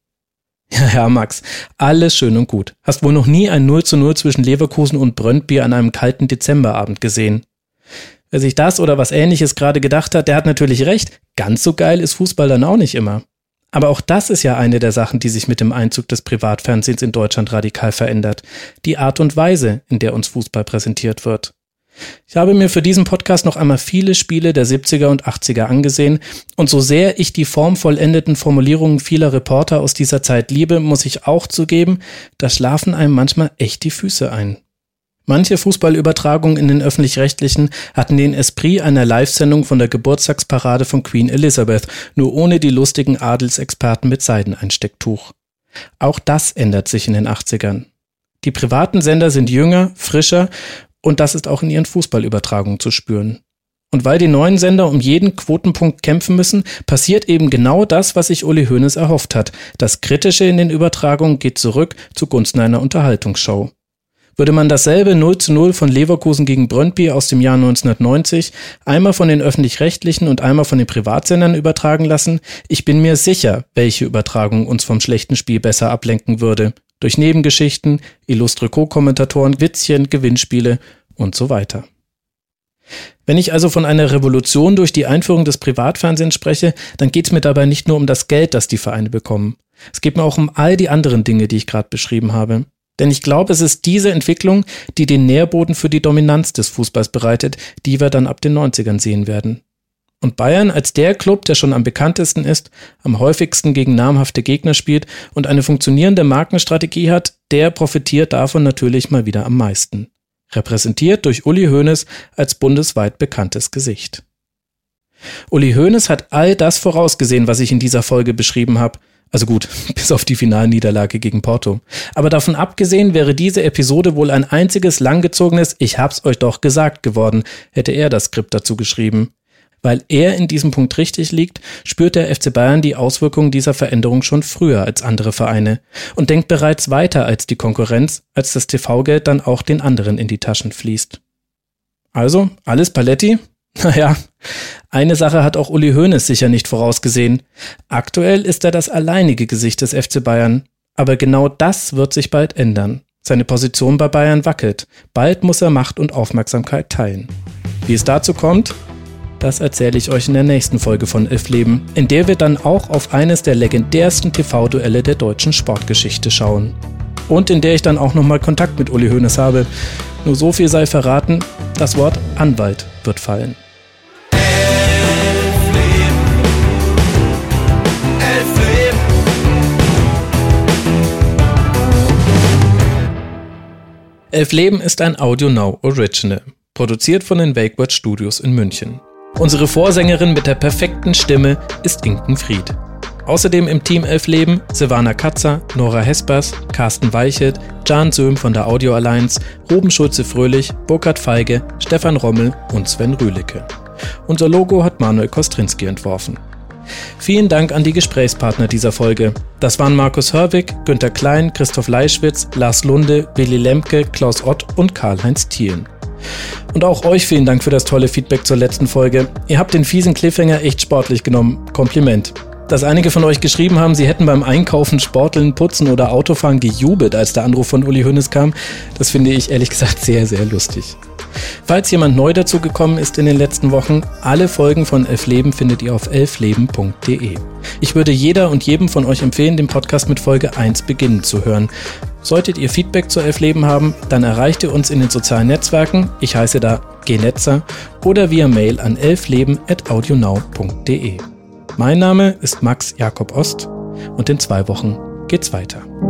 Ja, Max, alles schön und gut. Hast wohl noch nie ein 0:0 zwischen Leverkusen und Brøndby an einem kalten Dezemberabend gesehen. Wer sich das oder was Ähnliches gerade gedacht hat, der hat natürlich recht. Ganz so geil ist Fußball dann auch nicht immer. Aber auch das ist ja eine der Sachen, die sich mit dem Einzug des Privatfernsehens in Deutschland radikal verändert. Die Art und Weise, in der uns Fußball präsentiert wird. Ich habe mir für diesen Podcast noch einmal viele Spiele der 70er und 80er angesehen und so sehr ich die formvollendeten Formulierungen vieler Reporter aus dieser Zeit liebe, muss ich auch zugeben, da schlafen einem manchmal echt die Füße ein. Manche Fußballübertragungen in den Öffentlich-Rechtlichen hatten den Esprit einer Live-Sendung von der Geburtstagsparade von Queen Elizabeth, nur ohne die lustigen Adelsexperten mit Seideneinstecktuch. Auch das ändert sich in den 80ern. Die privaten Sender sind jünger, frischer und das ist auch in ihren Fußballübertragungen zu spüren. Und weil die neuen Sender um jeden Quotenpunkt kämpfen müssen, passiert eben genau das, was sich Uli Hoeneß erhofft hat. Das Kritische in den Übertragungen geht zurück zugunsten einer Unterhaltungsshow. Würde man dasselbe 0:0 von Leverkusen gegen Brøndby aus dem Jahr 1990 einmal von den Öffentlich-Rechtlichen und einmal von den Privatsendern übertragen lassen, ich bin mir sicher, welche Übertragung uns vom schlechten Spiel besser ablenken würde. Durch Nebengeschichten, illustre Co-Kommentatoren, Witzchen, Gewinnspiele und so weiter. Wenn ich also von einer Revolution durch die Einführung des Privatfernsehens spreche, dann geht es mir dabei nicht nur um das Geld, das die Vereine bekommen. Es geht mir auch um all die anderen Dinge, die ich gerade beschrieben habe. Denn ich glaube, es ist diese Entwicklung, die den Nährboden für die Dominanz des Fußballs bereitet, die wir dann ab den 90ern sehen werden. Und Bayern als der Club, der schon am bekanntesten ist, am häufigsten gegen namhafte Gegner spielt und eine funktionierende Markenstrategie hat, der profitiert davon natürlich mal wieder am meisten. Repräsentiert durch Uli Hoeneß als bundesweit bekanntes Gesicht. Uli Hoeneß hat all das vorausgesehen, was ich in dieser Folge beschrieben habe. Also gut, bis auf die Finalniederlage gegen Porto. Aber davon abgesehen wäre diese Episode wohl ein einziges langgezogenes "Ich hab's euch doch gesagt" geworden, hätte er das Skript dazu geschrieben. Weil er in diesem Punkt richtig liegt, spürt der FC Bayern die Auswirkungen dieser Veränderung schon früher als andere Vereine und denkt bereits weiter als die Konkurrenz, als das TV-Geld dann auch den anderen in die Taschen fließt. Also, alles Paletti? Naja, eine Sache hat auch Uli Hoeneß sicher nicht vorausgesehen. Aktuell ist er das alleinige Gesicht des FC Bayern. Aber genau das wird sich bald ändern. Seine Position bei Bayern wackelt. Bald muss er Macht und Aufmerksamkeit teilen. Wie es dazu kommt, das erzähle ich euch in der nächsten Folge von 11 Leben, in der wir dann auch auf eines der legendärsten TV-Duelle der deutschen Sportgeschichte schauen. Und in der ich dann auch nochmal Kontakt mit Uli Hoeneß habe. Nur so viel sei verraten, das Wort Anwalt wird fallen. 11 Leben ist ein Audio Now Original, produziert von den Wakeword Studios in München. Unsere Vorsängerin mit der perfekten Stimme ist Inken Fried. Außerdem im Team 11 Leben Silvana Katzer, Nora Hespers, Carsten Weichelt, Can Söhm von der Audio Alliance, Ruben Schulze-Fröhlich, Burkhard Feige, Stefan Rommel und Sven Rühlecke. Unser Logo hat Manuel Kostrinski entworfen. Vielen Dank an die Gesprächspartner dieser Folge. Das waren Markus Hörwig, Günter Klein, Christoph Leischwitz, Lars Lunde, Willi Lemke, Klaus Ott und Karl-Heinz Thielen. Und auch euch vielen Dank für das tolle Feedback zur letzten Folge. Ihr habt den fiesen Cliffhanger echt sportlich genommen. Kompliment. Dass einige von euch geschrieben haben, sie hätten beim Einkaufen, Sporteln, Putzen oder Autofahren gejubelt, als der Anruf von Uli Hoeneß kam, das finde ich ehrlich gesagt sehr, sehr lustig. Falls jemand neu dazu gekommen ist in den letzten Wochen, alle Folgen von 11 Leben findet ihr auf 11leben.de. Ich würde jeder und jedem von euch empfehlen, den Podcast mit Folge 1 beginnen zu hören. Solltet ihr Feedback zu 11 Leben haben, dann erreicht ihr uns in den sozialen Netzwerken, ich heiße da Genetzer, oder via Mail an 11leben@audionow.de. Mein Name ist Max Jakob Ost und in 2 Wochen geht's weiter.